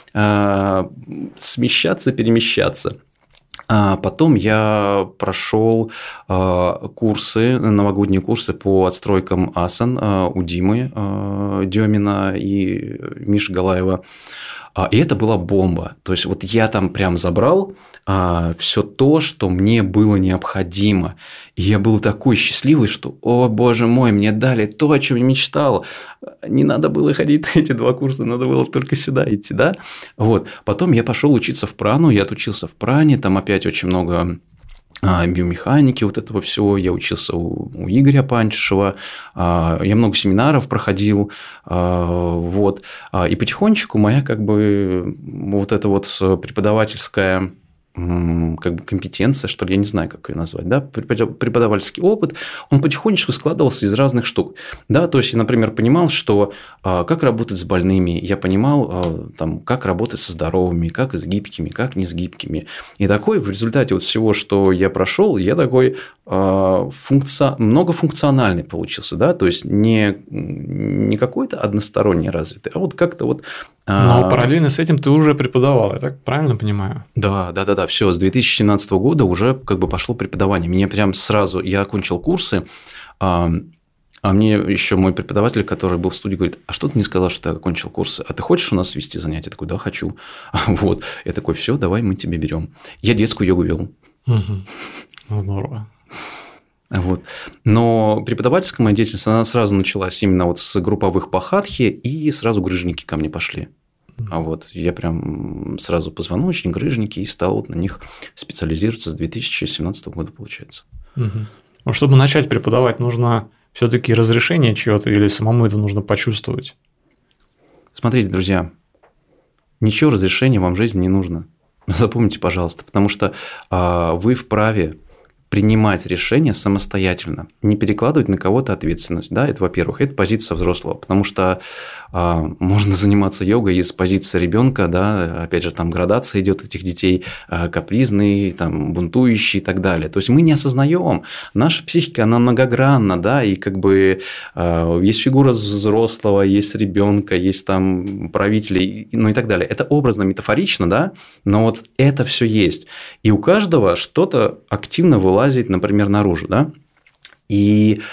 смещаться, перемещаться. Потом я прошел курсы, новогодние курсы по отстройкам асан у Димы Демина и Миши Галаева. И это была бомба. То есть, вот я там прям забрал все то, что мне было необходимо. И я был такой счастливый, что, о боже мой, мне дали то, о чем я мечтал. Не надо было ходить на эти 2 курса, надо было только сюда идти, да? Вот. Потом я пошел учиться в Прану, я отучился в Пране, там опять очень много биомеханики, вот этого всего. Я учился у Игоря Панчишева, я много семинаров проходил, вот. И потихонечку моя как бы вот эта вот преподавательская как бы компетенция, что ли, я не знаю, как ее назвать, да, преподавательский опыт, он потихонечку складывался из разных штук, да, то есть я, например, понимал, что как работать с больными, я понимал, там, как работать со здоровыми, как с гибкими, как не с гибкими, и такой в результате вот всего, что я прошел, я такой многофункциональный получился, да, то есть не какой-то односторонне развитый, а вот как-то вот. Но параллельно с этим ты уже преподавал, я так правильно понимаю? Да, все, с 2017 года уже как бы пошло преподавание. Меня прям сразу, я окончил курсы, а мне еще мой преподаватель, который был в студии, говорит: а что ты не сказал, что ты окончил курсы? А ты хочешь у нас вести занятия? Я такой: да, хочу. Вот. Я такой: все, давай мы тебя берем. Я детскую йогу вел. Здорово. Вот. Но преподавательская моя деятельность, она сразу началась именно вот с групповых по хатхе, и сразу грыжники ко мне пошли. А вот я прям сразу позвоночник, грыжники, и стал вот на них специализироваться с 2017 года, получается. Ну, чтобы начать преподавать, нужно все-таки разрешение чего-то или самому это нужно почувствовать? Смотрите, друзья, ничего разрешения вам в жизни не нужно. Запомните, пожалуйста, потому что вы вправе принимать решения самостоятельно, не перекладывать на кого-то ответственность. Да, это, во-первых, это позиция взрослого, потому что можно заниматься йогой из позиции ребенка, да, опять же, там градация идет этих детей, капризный, там, бунтующий и так далее. То есть мы не осознаем, наша психика, она многогранна, да, и как бы есть фигура взрослого, есть ребенка, есть там правителей, ну и так далее. Это образно, метафорично, да, но вот это все есть. И у каждого что-то активно вылазит, например, наружу, да. И,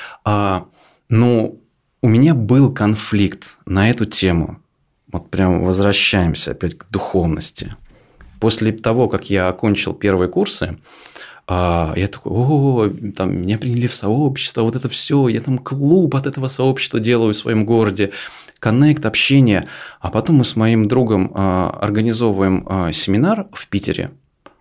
у меня был конфликт на эту тему. Вот прям возвращаемся опять к духовности. После того, как я окончил первые курсы, я такой: там меня приняли в сообщество, вот это все, я там клуб от этого сообщества делаю в своем городе, коннект, общение. А потом мы с моим другом организовываем семинар в Питере.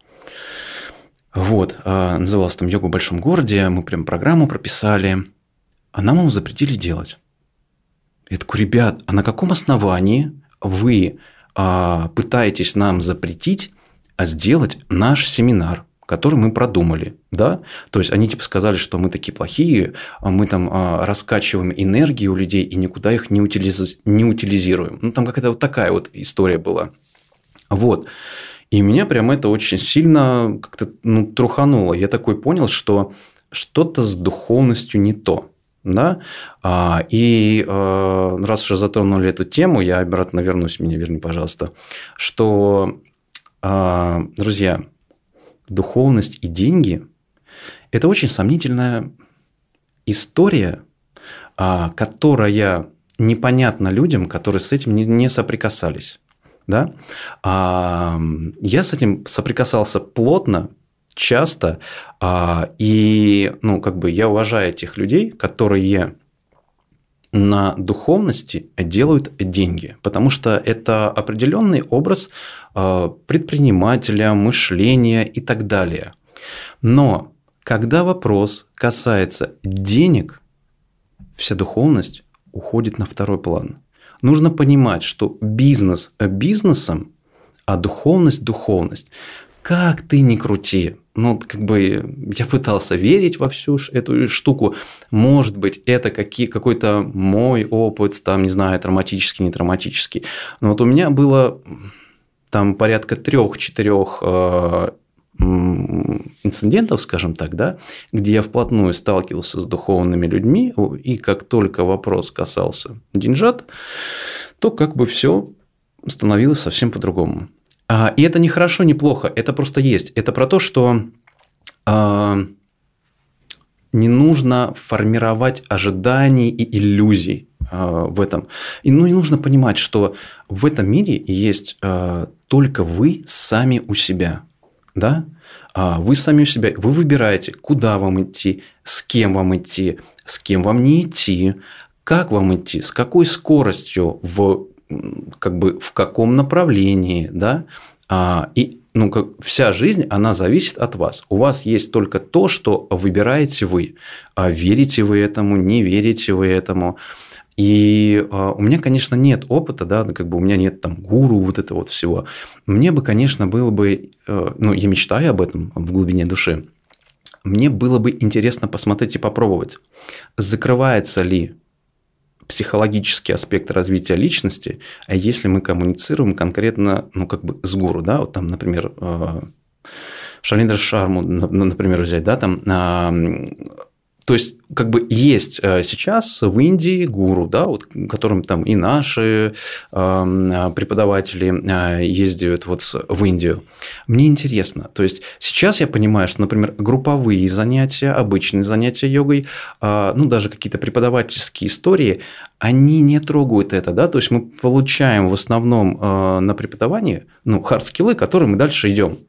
Вот, назывался там «Йога в большом городе», мы прям программу прописали, а нам его запретили делать. Я такой: ребят, а на каком основании вы пытаетесь нам запретить сделать наш семинар, который мы продумали, да? То есть они типа сказали, что мы такие плохие, мы там раскачиваем энергию у людей и никуда их не утилизируем. Ну, там какая-то вот такая вот история была. Вот. И меня прям это очень сильно как-то трухануло. Я такой понял, что что-то с духовностью не то. Да? И раз уже затронули эту тему, я обратно вернусь, меня верни, пожалуйста, что, друзья, духовность и деньги – это очень сомнительная история, которая непонятна людям, которые с этим не соприкасались. Да? Я с этим соприкасался плотно, часто, и я уважаю тех людей, которые на духовности делают деньги, потому что это определенный образ предпринимателя, мышления и так далее. Но когда вопрос касается денег, вся духовность уходит на второй план. Нужно понимать, что бизнес бизнесом, а духовность – духовность. Как ты ни крути, я пытался верить во всю эту штуку. Может быть, это какой-то мой опыт, там, не знаю, травматический, не травматический. Но вот у меня было там порядка 3-4 инцидентов, скажем так, да, где я вплотную сталкивался с духовными людьми, и как только вопрос касался деньжат, то как бы все становилось совсем по-другому. И это не хорошо, не плохо, это просто есть. Это про то, что не нужно формировать ожиданий и иллюзий в этом. И нужно понимать, что в этом мире есть только вы сами у себя. Да? Вы сами у себя. Вы выбираете, куда вам идти, с кем вам не идти, как вам идти, с какой скоростью, в каком направлении. Да? И вся жизнь, она зависит от вас. У вас есть только то, что выбираете вы. Верите вы этому, не верите вы этому. И у меня, конечно, нет опыта, да, у меня нет там гуру, вот этого вот всего. Мне бы, конечно, было бы, я мечтаю об этом в глубине души, мне было бы интересно посмотреть и попробовать, закрывается ли психологический аспект развития личности, а если мы коммуницируем конкретно, с гуру, да, вот там, например, Шалиндра Шарму, например, взять, да, там... То есть, есть сейчас в Индии гуру, да, вот, которым там и наши преподаватели ездят вот в Индию. Мне интересно. То есть, сейчас я понимаю, что, например, групповые занятия, обычные занятия йогой, даже какие-то преподавательские истории, они не трогают это, да, то есть, мы получаем в основном на преподавании, хард-скиллы, которые мы дальше идем.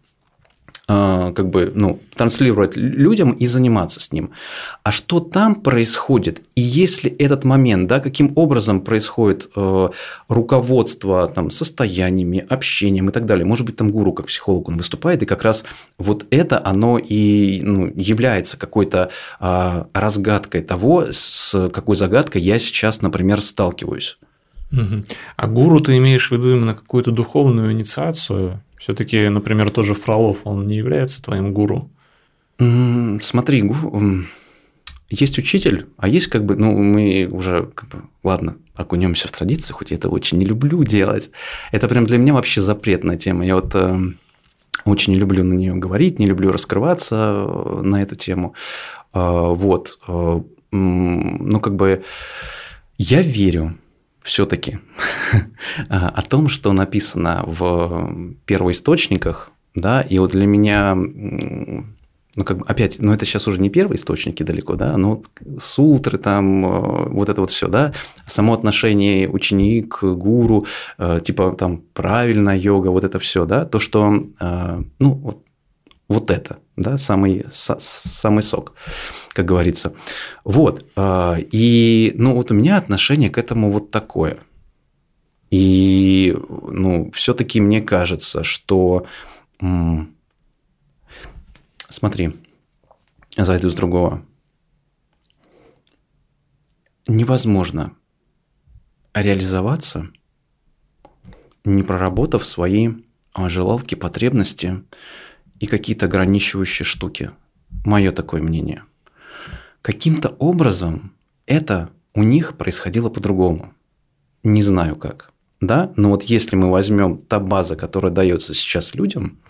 Транслировать людям и заниматься с ним. А что там происходит? И если этот момент, да, каким образом происходит руководство там, состояниями, общением и так далее. Может быть, там гуру как психолог он выступает, и как раз вот это оно и является какой-то разгадкой того, с какой загадкой я сейчас, например, сталкиваюсь. А гуру ты имеешь в виду именно какую-то духовную инициацию? Все-таки, например, тоже Фролов, он не является твоим гуру? Смотри, есть учитель, а есть мы уже, ладно, окунемся в традицию, хоть я это очень не люблю делать. Это прям для меня вообще запретная тема. Я вот очень не люблю на нее говорить, не люблю раскрываться на эту тему. Вот. Я верю все-таки о том, что написано в первоисточниках, да, и вот для меня, опять, это сейчас уже не первоисточники далеко, да, но сутры там, вот это вот все, да, само отношение ученик, гуру, типа там правильная йога, вот это все, да, то, что, вот это, да, самый сок, как говорится. Вот. И, вот у меня отношение к этому вот такое. И, все-таки мне кажется, что... Смотри, зайду с другого. Невозможно реализоваться, не проработав свои желалки, потребности и какие-то ограничивающие штуки. Мое такое мнение. Каким-то образом это у них происходило по-другому. Не знаю как. Да? Но вот если мы возьмем та база, которая дается сейчас людям,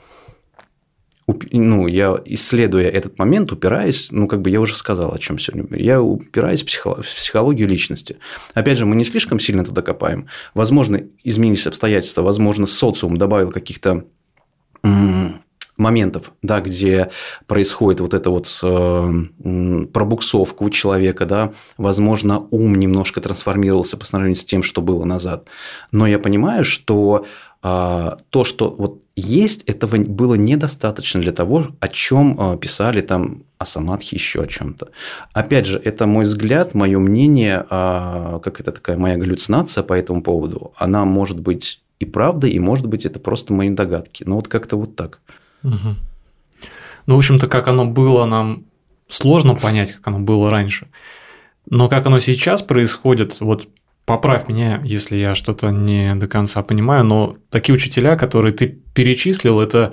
я, исследуя этот момент, упираясь, я уже сказал, о чем сегодня. Я упираюсь в психологию личности. Опять же, мы не слишком сильно туда копаем. Возможно, изменились обстоятельства, возможно, социум добавил каких-то моментов, да, где происходит вот эта вот пробуксовка у человека, да, возможно, ум немножко трансформировался по сравнению с тем, что было назад. Но я понимаю, что то, что вот есть, этого было недостаточно для того, о чем писали там о самадхи, еще о чем-то. Опять же, это мой взгляд, мое мнение, как это такая моя галлюцинация по этому поводу. Она может быть и правдой, и может быть это просто мои догадки. Но вот как-то вот так. Угу. В общем-то, как оно было, нам сложно понять, как оно было раньше. Но как оно сейчас происходит, вот поправь меня, если я что-то не до конца понимаю, но такие учителя, которые ты перечислил, это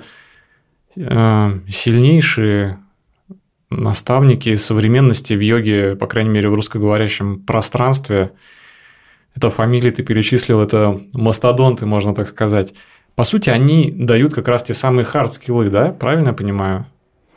сильнейшие наставники современности в йоге, по крайней мере, в русскоговорящем пространстве. Это фамилии ты перечислил, это мастодонты, можно так сказать. По сути, они дают как раз те самые хард-скиллы, да? Правильно я понимаю?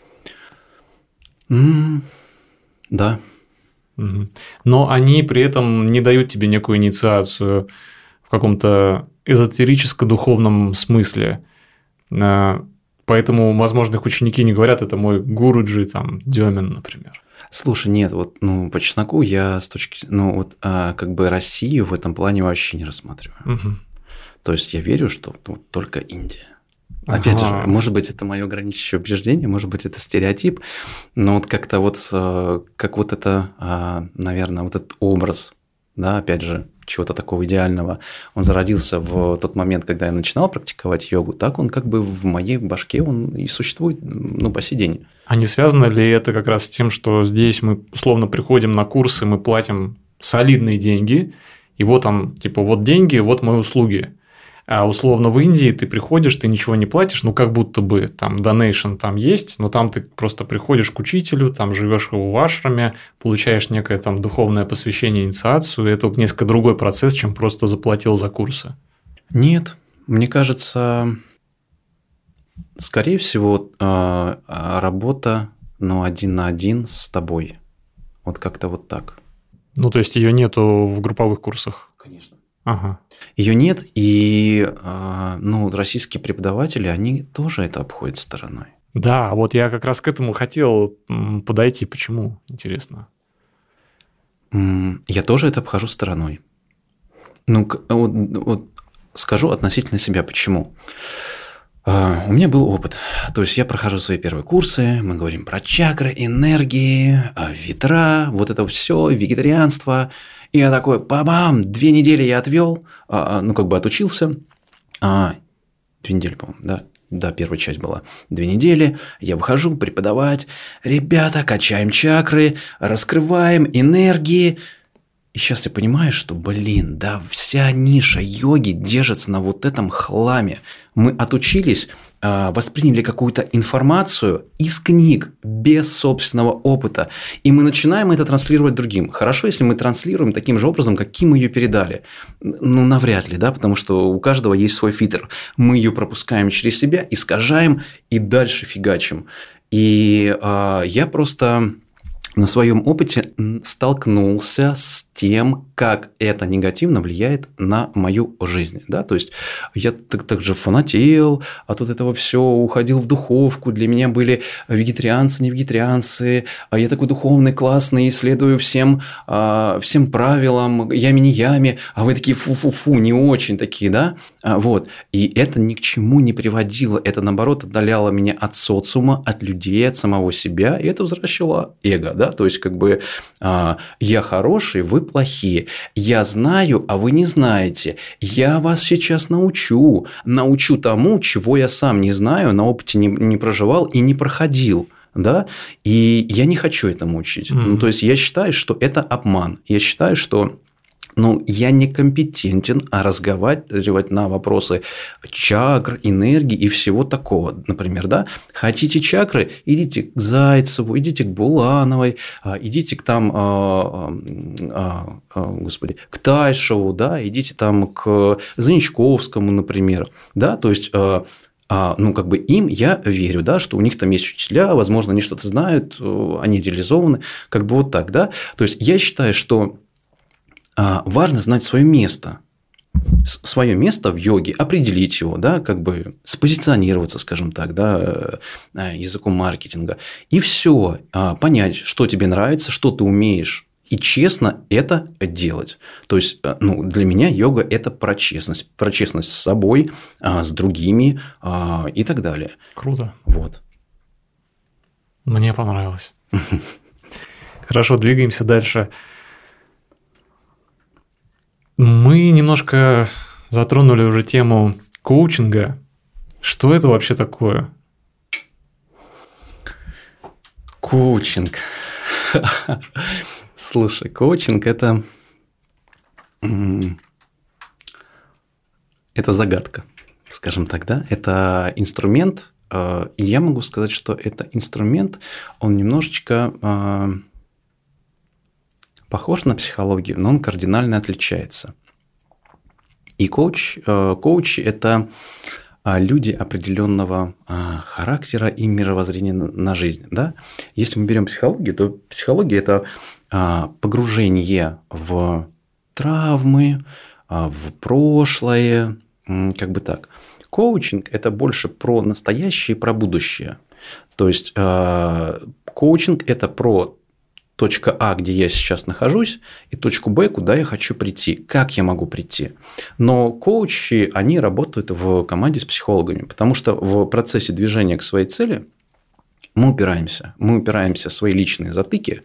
Да. Но они при этом не дают тебе некую инициацию в каком-то эзотерическо-духовном смысле. Поэтому, возможно, их ученики не говорят, это мой гуруджи, там, Демин, например. Слушай, нет, вот, по чесноку я как бы Россию в этом плане вообще не рассматриваю. Угу. То есть я верю, что только Индия. Опять же, может быть, это мое граничащее убеждение, может быть, это стереотип, но вот как-то как вот это, наверное, вот этот образ, да, опять же, чего-то такого идеального, он зародился в тот момент, когда я начинал практиковать йогу, так он как бы в моей башке он и существует, по сей день. А не связано ли это как раз с тем, что здесь мы условно приходим на курсы, мы платим солидные деньги, и вот там, типа, вот деньги, вот мои услуги. А условно в Индии ты приходишь, ты ничего не платишь, как будто бы там donation там есть, но там ты просто приходишь к учителю, там живешь в ашраме, получаешь некое там духовное посвящение, инициацию, и это несколько другой процесс, чем просто заплатил за курсы. Нет, мне кажется, скорее всего, работа, один на один с тобой. Вот как-то вот так. То есть ее нету в групповых курсах? Конечно. Ага. Ее нет, и российские преподаватели, они тоже это обходят стороной. Да, вот я как раз к этому хотел подойти. Почему? Интересно. Я тоже это обхожу стороной. Скажу относительно себя, почему. У меня был опыт. То есть я прохожу свои первые курсы, мы говорим про чакры, энергии, ветра, вот это все, вегетарианство. И я такой, бам, 2 недели я отвел, отучился. 2 недели, по-моему, да. Да, первая часть была 2 недели. Я выхожу преподавать. Ребята, качаем чакры, раскрываем энергии. И сейчас я понимаю, что, вся ниша йоги держится на вот этом хламе. Мы отучились, восприняли какую-то информацию из книг, без собственного опыта. И мы начинаем это транслировать другим. Хорошо, если мы транслируем таким же образом, каким мы ее передали. Навряд ли, да, потому что у каждого есть свой фильтр. Мы ее пропускаем через себя, искажаем и дальше фигачим. И я просто на своем опыте столкнулся с тем, как это негативно влияет на мою жизнь. Да? То есть я так же фанател, от этого все уходил в духовку. Для меня были вегетарианцы, не вегетарианцы. Я такой духовный, классный, исследую всем правилам, ями не ями. А вы такие фу-фу-фу, не очень такие, да? И это ни к чему не приводило. Это, наоборот, отдаляло меня от социума, от людей, от самого себя. И это взращивало эго. Да? То есть, я хороший, вы плохие. Я знаю, а вы не знаете. Я вас сейчас научу тому, чего я сам не знаю, на опыте не проживал и не проходил. Да? И я не хочу этому учить. То есть, я считаю, что это обман. Я считаю, что я некомпетентен разговаривать на вопросы чакр, энергии и всего такого. Например, да, хотите чакры, идите к Зайцеву, идите к Булановой, идите к к Тайшеву, да, идите там к Заничковскому, например. Да, то есть им я верю, да, что у них там есть учителя, возможно, они что-то знают, они реализованы, вот так, да. То есть я считаю, что важно знать свое место. Свое место в йоге, определить его, да, спозиционироваться, скажем так, да, языком маркетинга. И все, понять, что тебе нравится, что ты умеешь. И честно это делать. То есть, для меня йога – это про честность. Про честность с собой, с другими и так далее. Круто. Вот. Мне понравилось. Хорошо, двигаемся дальше. Мы немножко затронули уже тему коучинга. Что это вообще такое? Коучинг. Слушай, коучинг – это загадка, скажем так, да? Это инструмент, и я могу сказать, что это инструмент, он немножечко похож на психологию, но он кардинально отличается. И коучи – это люди определенного характера и мировоззрения на жизнь. Да? Если мы берем психологию, то психология – это погружение в травмы, в прошлое, как бы так. Коучинг – это больше про настоящее и про будущее. То есть, коучинг – это про точка А, где я сейчас нахожусь, и точку Б, куда я хочу прийти, как я могу прийти. Но коучи, они работают в команде с психологами, потому что в процессе движения к своей цели мы упираемся в свои личные затыки,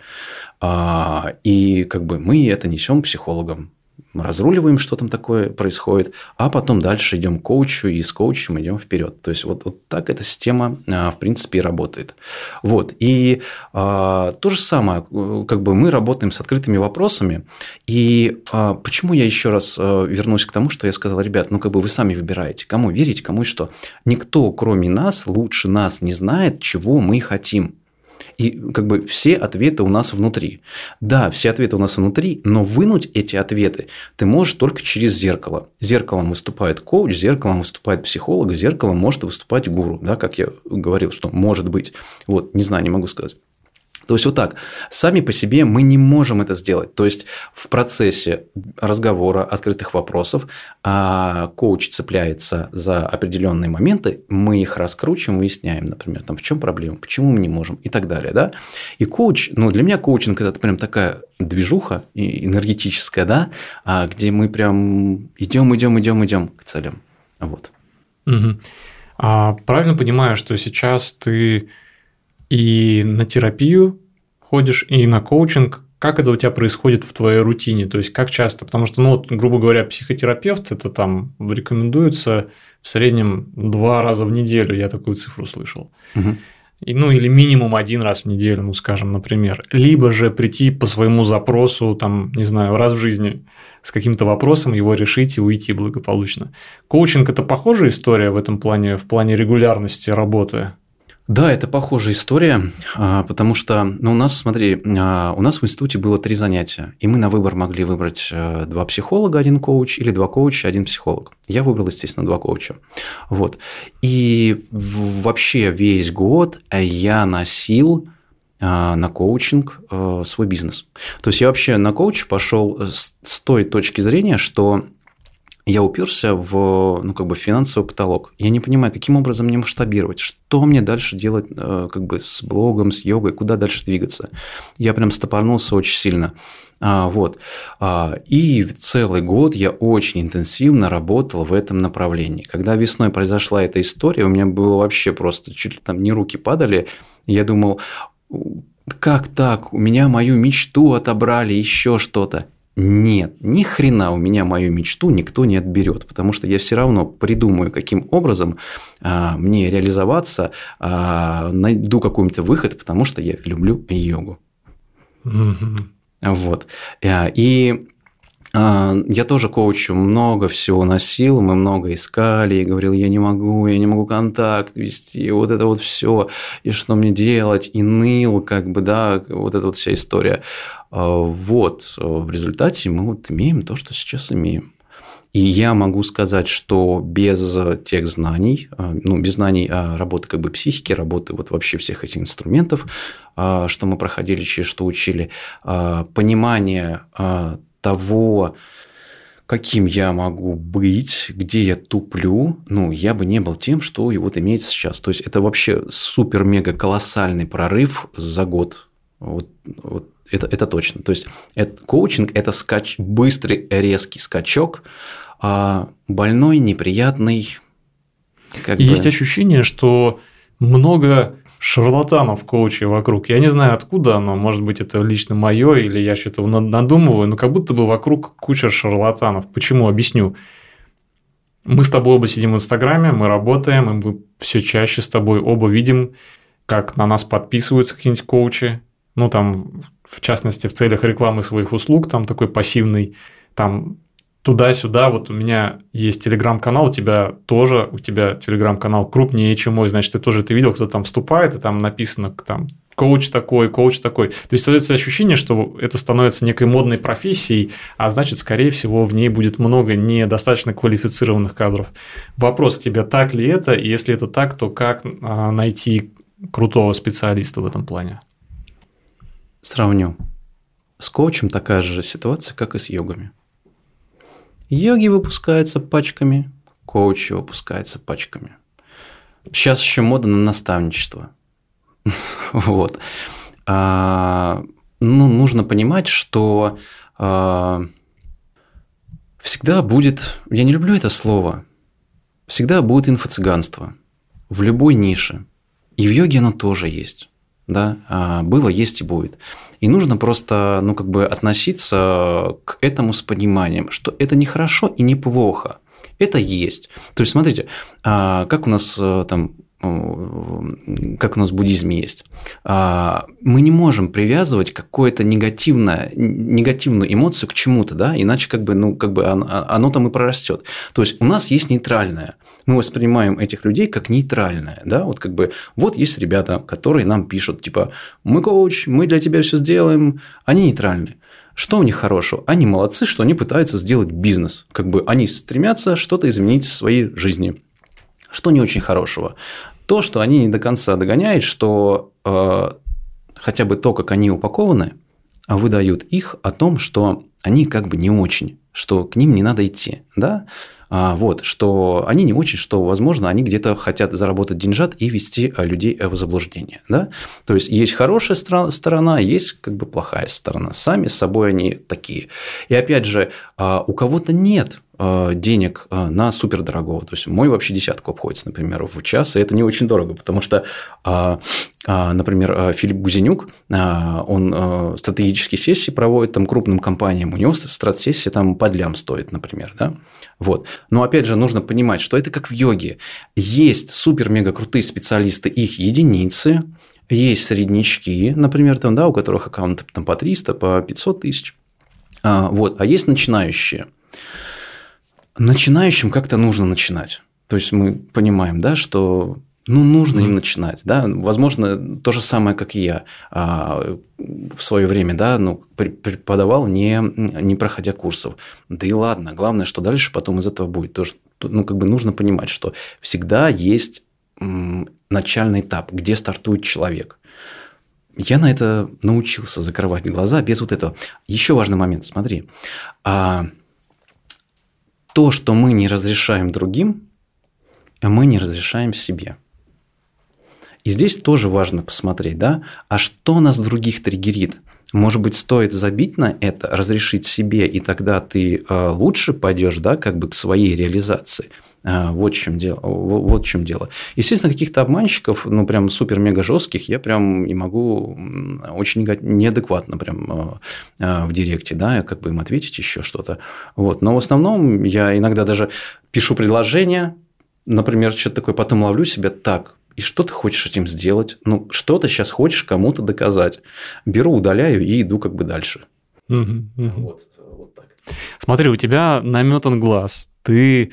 и как бы мы это несем к психологам. Мы разруливаем, что там такое происходит, а потом дальше идем к коучу, и с коучем идем вперед. То есть, вот так эта система, в принципе, и работает. Вот. И то же самое, как бы мы работаем с открытыми вопросами. И почему я еще раз вернусь к тому, что я сказал, ребят, ну, как бы вы сами выбираете, кому верить, кому и что. Никто, кроме нас, лучше нас не знает, чего мы хотим. И как бы все ответы у нас внутри. Да, все ответы у нас внутри, но вынуть эти ответы ты можешь только через зеркало. Зеркалом выступает коуч, зеркалом выступает психолог, зеркалом может выступать гуру. Да, как я говорил, что может быть. Вот, не знаю, не могу сказать. То есть, вот так. Сами по себе мы не можем это сделать. То есть, в процессе разговора, открытых вопросов, коуч цепляется за определенные моменты, мы их раскручиваем, выясняем, например, там, в чем проблема, почему мы не можем и так далее. Да? И коуч, ну, для меня коучинг – это прям такая движуха энергетическая, да, где мы прям идем к целям. Вот. Угу. Правильно понимаю, что сейчас ты и на терапию ходишь, и на коучинг. Как это у тебя происходит в твоей рутине? То есть, как часто? Потому что, ну, вот, грубо говоря, психотерапевт, это там рекомендуется в среднем 2 раза в неделю, я такую цифру слышал. Угу. Ну, или минимум 1 раз в неделю, ну, скажем, например. Либо же прийти по своему запросу, там, не знаю, раз в жизни с каким-то вопросом, его решить и уйти благополучно. Коучинг – это похожая история в этом плане, в плане регулярности работы? Да, это похожая история, потому что, ну, у нас, смотри, у нас в институте было 3 занятия, и мы на выбор могли выбрать 2 психолога, 1 коуч, или 2 коуча, 1 психолог. Я выбрал, естественно, 2 коуча. Вот. И вообще весь год я носил на коучинг свой бизнес. То есть, я вообще на коуч пошел с той точки зрения, что я уперся в, ну, как бы финансовый потолок. Я не понимаю, каким образом мне масштабировать, что мне дальше делать, как бы с блогом, с йогой, куда дальше двигаться. Я прям стопорнулся очень сильно. Вот. И целый год я очень интенсивно работал в этом направлении. Когда весной произошла эта история, у меня было вообще просто чуть ли там не руки падали. Я думал, как так? У меня мою мечту отобрали, еще что-то. Нет, ни хрена у меня мою мечту никто не отберет, потому что я все равно придумаю, каким образом мне реализоваться, найду какой-нибудь выход, потому что я люблю йогу. Mm-hmm. Вот. И я тоже коучу много всего носил, мы много искали, и говорил, я не могу контакт вести, вот это вот все, и что мне делать, и ныл, как бы, да, вот эта вот вся история. Вот, в результате мы вот имеем то, что сейчас имеем. И я могу сказать, что без тех знаний, ну, без знаний работы как бы психики, работы вот вообще всех этих инструментов, что мы проходили, через что учили, понимание того, каким я могу быть, где я туплю, ну, я бы не был тем, что и вот имеется сейчас. То есть, это вообще супер-мега-колоссальный прорыв за год. Вот это точно. То есть, коучинг – это быстрый, резкий скачок, больной, неприятный. Есть ощущение, что много шарлатанов коучей вокруг. Я не знаю, откуда оно. Может быть, это лично мое, или я что-то надумываю, но как будто бы вокруг куча шарлатанов. Почему? Объясню. Мы с тобой оба сидим в Инстаграме, мы работаем, и мы все чаще с тобой оба видим, как на нас подписываются какие-нибудь коучи. Ну, там, в частности, в целях рекламы своих услуг, там такой пассивный, там туда-сюда. Вот у меня есть телеграм-канал, у тебя телеграм-канал крупнее, чем мой, значит, ты видел, кто там вступает, и там написано там коуч такой, коуч такой. То есть создается ощущение, что это становится некой модной профессией, а значит, скорее всего, в ней будет много недостаточно квалифицированных кадров. Вопрос тебе, так ли это? И если это так, то как найти крутого специалиста в этом плане? Сравню. С коучем такая же ситуация, как и с йогами. Йоги выпускаются пачками, коучи выпускаются пачками. Сейчас еще мода на наставничество. Вот. Нужно понимать, что всегда будет, я не люблю это слово, всегда будет инфо-цыганство в любой нише. И в йоге оно тоже есть. Да? Было, есть и будет. И нужно просто относиться к этому с пониманием, что это не хорошо и не плохо. Это есть. То есть, смотрите, как у нас в буддизме есть. Мы не можем привязывать какую-то негативную эмоцию к чему-то, да, иначе оно там и прорастет. То есть у нас есть нейтральное. Мы воспринимаем этих людей как нейтральное, да, вот есть ребята, которые нам пишут, типа, мы коуч, мы для тебя все сделаем, они нейтральны. Что у них хорошего? Они молодцы, что они пытаются сделать бизнес. Они стремятся что-то изменить в своей жизни. Что не очень хорошего? То, что они не до конца догоняют, что хотя бы то, как они упакованы, выдают их о том, что они не очень, что к ним не надо идти. Да? Что они не очень, что, возможно, они где-то хотят заработать деньжат и ввести людей в заблуждение. Да? То есть, есть хорошая сторона, есть плохая сторона. Сами с собой они такие. И опять же, у кого-то нет денег на супердорогого. То есть, мой вообще 10 обходится, например, в час, и это не очень дорого, потому что, например, Филипп Гузенюк, он стратегические сессии проводит крупным компаниям, у него стратсессия по лям стоит, например, да? Вот. Но, опять же, нужно понимать, что это как в йоге. Есть супер-мега-крутые специалисты, их единицы, есть среднячки, например, у которых аккаунты по 300, по 500 тысяч, а есть начинающие. Начинающим как-то нужно начинать. То есть, мы понимаем, да, что нужно им начинать. Да? Возможно, то же самое, как и я в свое время, да, преподавал, не проходя курсов. Да и ладно, главное, что дальше потом из этого будет. То, что, нужно понимать, что всегда есть начальный этап, где стартует человек. Я на это научился закрывать глаза без этого. Еще важный момент, смотри. То, что мы не разрешаем другим, мы не разрешаем себе. И здесь тоже важно посмотреть, да, а что нас других триггерит? Может быть, стоит забить на это, разрешить себе, и тогда ты лучше пойдешь, да, к своей реализации. Вот в чем дело. Вот в чем дело. Естественно, каких-то обманщиков, прям супер-мега жестких, я прям и могу очень неадекватно прям в директе, да, им ответить еще что-то. Вот. Но в основном я иногда даже пишу предложение, например, что-то такое, потом ловлю себя так. И что ты хочешь этим сделать? Что ты сейчас хочешь кому-то доказать? Беру, удаляю и иду дальше. Вот так. Смотри, у тебя наметан глаз. Ты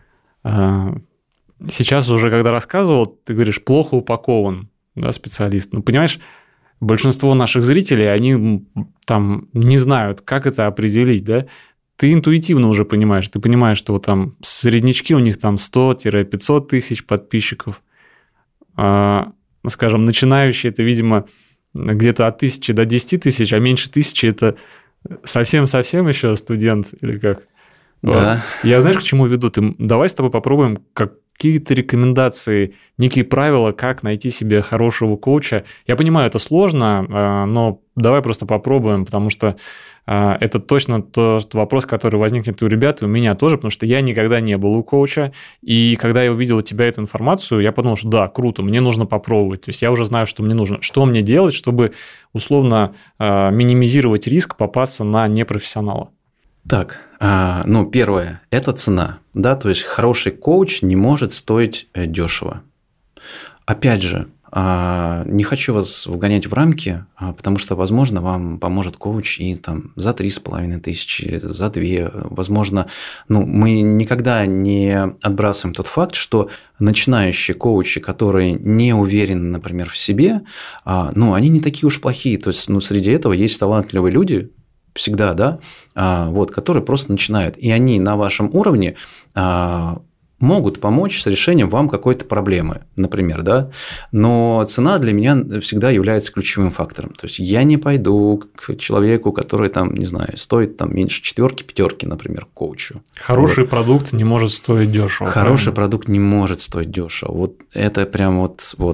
сейчас уже, когда рассказывал, ты говоришь, плохо упакован, да, специалист. Понимаешь, большинство наших зрителей, они не знают, как это определить, да? Ты интуитивно уже понимаешь. Ты понимаешь, что среднячки у них 100-500 тысяч подписчиков. Скажем, начинающие – это, видимо, где-то от 1000 до 10 тысяч, а меньше 1000 – это совсем-совсем еще студент или как? Да. Я знаешь, к чему веду? Давай с тобой попробуем какие-то рекомендации, некие правила, как найти себе хорошего коуча. Я понимаю, это сложно, но давай просто попробуем, потому что это точно тот вопрос, который возникнет у ребят, и у меня тоже, потому что я никогда не был у коуча, и когда я увидел у тебя эту информацию, я подумал, что да, круто, мне нужно попробовать, то есть я уже знаю, что мне нужно, что мне делать, чтобы условно минимизировать риск попасться на непрофессионала. Так, первое – это цена, да, то есть хороший коуч не может стоить дешево. Опять же, не хочу вас вгонять в рамки, потому что, возможно, вам поможет коуч и там за 3500, за 2, возможно. Мы никогда не отбрасываем тот факт, что начинающие коучи, которые не уверены, например, в себе, они не такие уж плохие. То есть, среди этого есть талантливые люди, всегда, да, которые просто начинают. И они на вашем уровне могут помочь с решением вам какой-то проблемы, например, да, но цена для меня всегда является ключевым фактором. То есть, я не пойду к человеку, который, стоит меньше 4, 5, например, коучу. Хороший продукт не может стоить дешево. Хороший продукт не может стоить дешево. Вот это прям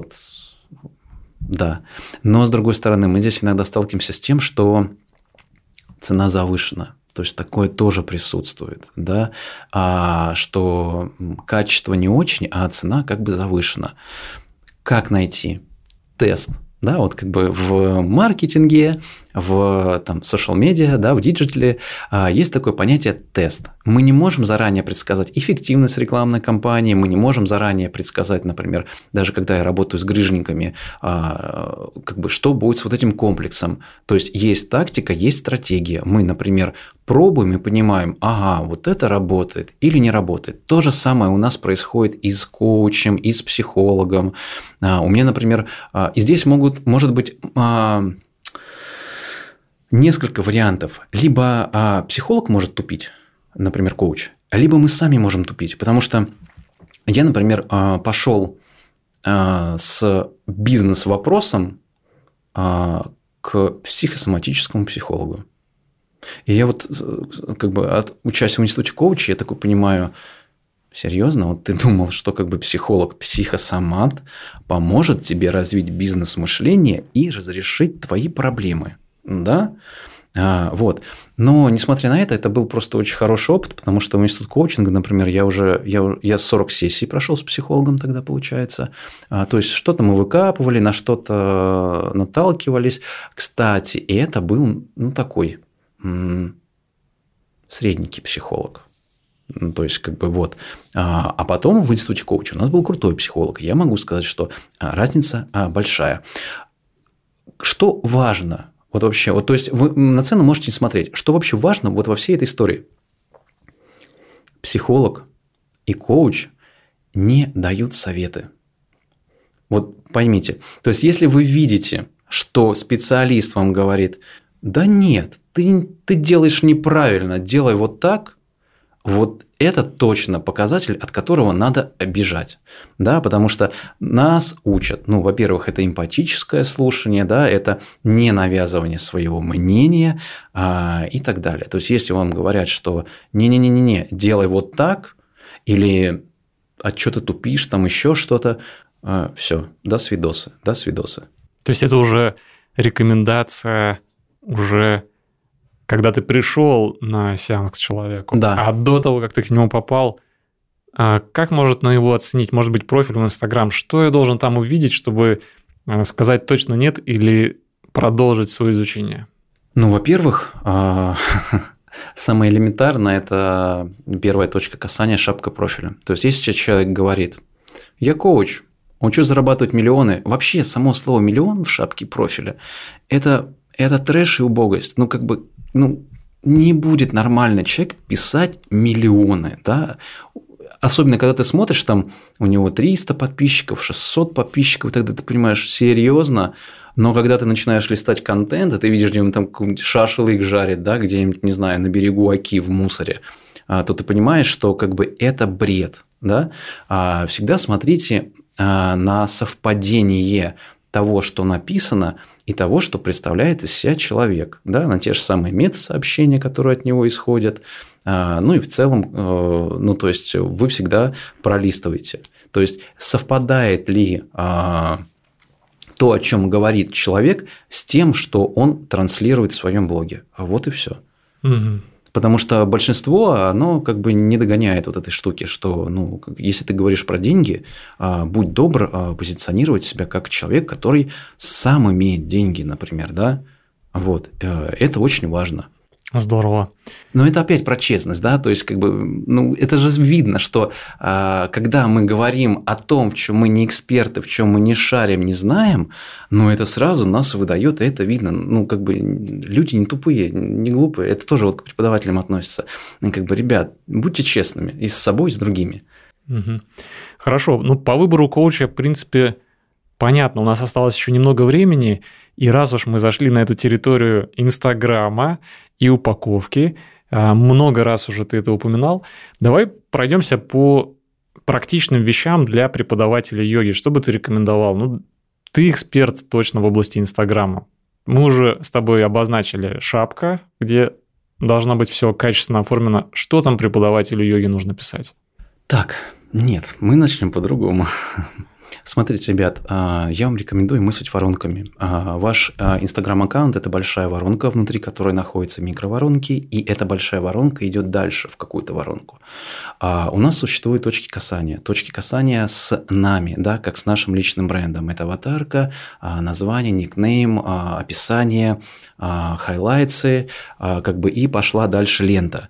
да. Но, с другой стороны, мы здесь иногда сталкиваемся с тем, что цена завышена. То есть, такое тоже присутствует, да, что качество не очень, а цена как бы завышена. Как найти? Тест. Да, в маркетинге, в social медиа, да, в диджитале есть такое понятие тест. Мы не можем заранее предсказать эффективность рекламной кампании, мы не можем заранее предсказать, например, даже когда я работаю с грыжниками, что будет с вот этим комплексом. То есть, есть тактика, есть стратегия. Мы, например, пробуем и понимаем, вот это работает или не работает. То же самое у нас происходит и с коучем, и с психологом. У меня, например, и здесь может быть несколько вариантов. Либо психолог может тупить, например, коуч, либо мы сами можем тупить. Потому что я, например, пошел с бизнес-вопросом к психосоматическому психологу. И я учась в институте коуча, я такой понимаю, серьезно, ты думал, что психолог-психосомат поможет тебе развить бизнес-мышление и разрешить твои проблемы, да? Но, несмотря на это был просто очень хороший опыт, потому что в институт коучинга, например, я 40 сессий прошел с психологом тогда, получается. То есть, что-то мы выкапывали, на что-то наталкивались. Кстати, и это был, такой средненький психолог. То есть, А потом в институте коуча у нас был крутой психолог. Я могу сказать, что разница большая. Что важно? Вообще, то есть, вы на цену можете не смотреть. Что вообще важно во всей этой истории? Психолог и коуч не дают советы. Поймите. То есть, если вы видите, что специалист вам говорит, да нет, ты делаешь неправильно, делай вот так, это точно показатель, от которого надо бежать, да, потому что нас учат, во-первых, это эмпатическое слушание, да, это не навязывание своего мнения и так далее. То есть, если вам говорят, что не-не-не-не, делай вот так, или что ты тупишь, там еще что-то, все, до свидосы. То есть, это уже рекомендация уже... Когда ты пришел на сеанс к человеку, да. А до того, как ты к нему попал, как можно его оценить? Может быть, профиль в Инстаграм? Что я должен там увидеть, чтобы сказать точно нет или продолжить свое изучение? Во-первых, самое элементарное – это первая точка касания, шапка профиля. То есть, если человек говорит, я коуч, учу зарабатывать миллионы, вообще само слово «миллион» в шапке профиля – это трэш и убогость. Не будет нормально человек писать миллионы, да? Особенно, когда ты смотришь, там у него 300 подписчиков, 600 подписчиков, и тогда ты понимаешь, серьезно. Но когда ты начинаешь листать контент, и ты видишь, где он там какой-нибудь шашлык жарит, да, где-нибудь, не знаю, на берегу Оки в мусоре, то ты понимаешь, что это бред, да? Всегда смотрите на совпадение того, что написано, и того, что представляет из себя человек, да, на те же самые мета-сообщения, которые от него исходят, и в целом, то есть, вы всегда пролистываете. То есть, совпадает ли то, о чем говорит человек, с тем, что он транслирует в своем блоге. Вот и все. Угу. Потому что большинство, оно не догоняет этой штуки, что, если ты говоришь про деньги, будь добр позиционировать себя как человек, который сам имеет деньги, например, да, это очень важно. Здорово. Но это опять про честность, да, то есть, как бы, ну, это же видно, что когда мы говорим о том, в чем мы не эксперты, в чем мы не шарим, не знаем, ну, это сразу нас выдает, и это видно, ну, как бы, люди не тупые, не глупые, это тоже вот к преподавателям относится, как бы, ребят, будьте честными и с собой, и с другими. Угу. Хорошо, ну, по выбору коуча, в принципе, понятно, у нас осталось еще немного времени, и раз уж мы зашли на эту территорию Инстаграма и упаковки, много раз уже ты это упоминал, давай пройдемся по практичным вещам для преподавателя йоги. Что бы ты рекомендовал? Ну, ты эксперт точно в области Инстаграма. Мы уже с тобой обозначили шапка, где должно быть все качественно оформлено. Что там преподавателю йоги нужно писать? Так, нет, мы начнем по-другому. Смотрите, ребят, я вам рекомендую мыслить воронками. Ваш Инстаграм-аккаунт – это большая воронка, внутри которой находятся микроворонки, и эта большая воронка идет дальше в какую-то воронку. У нас существуют точки касания с нами, да, как с нашим личным брендом. Это аватарка, название, никнейм, описание, хайлайтсы, как бы и пошла дальше лента.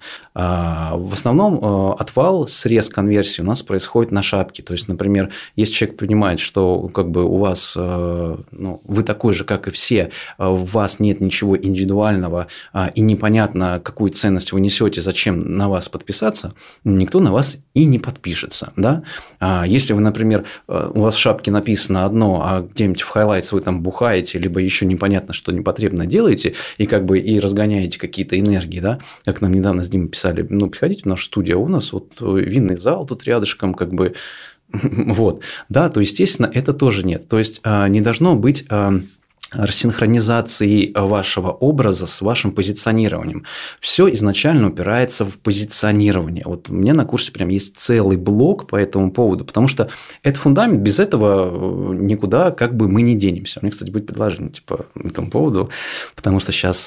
В основном отвал, срез конверсии у нас происходит на шапке. То есть, например, если человек понимает, что как бы у вас, ну, вы такой же, как и все, у вас нет ничего индивидуального и непонятно, какую ценность вы несете, зачем на вас подписаться, никто на вас и не подпишется. Да? Если вы, например, у вас в шапке написано одно, а где-нибудь в хайлайтс вы там бухаете, либо еще непонятно, что непотребно делаете, и как бы и разгоняете какие-то энергии, да, как нам недавно с Димой писали, ну, приходите в нашу студию, у нас вот винный зал тут рядышком, как бы, вот, да, то, естественно, это тоже нет, то есть, не должно быть рассинхронизации вашего образа с вашим позиционированием. Все изначально упирается в позиционирование. Вот у меня на курсе прям есть целый блок по этому поводу, потому что это фундамент, без этого никуда как бы мы не денемся. У меня, кстати, будет предложение типа по этому поводу, потому что сейчас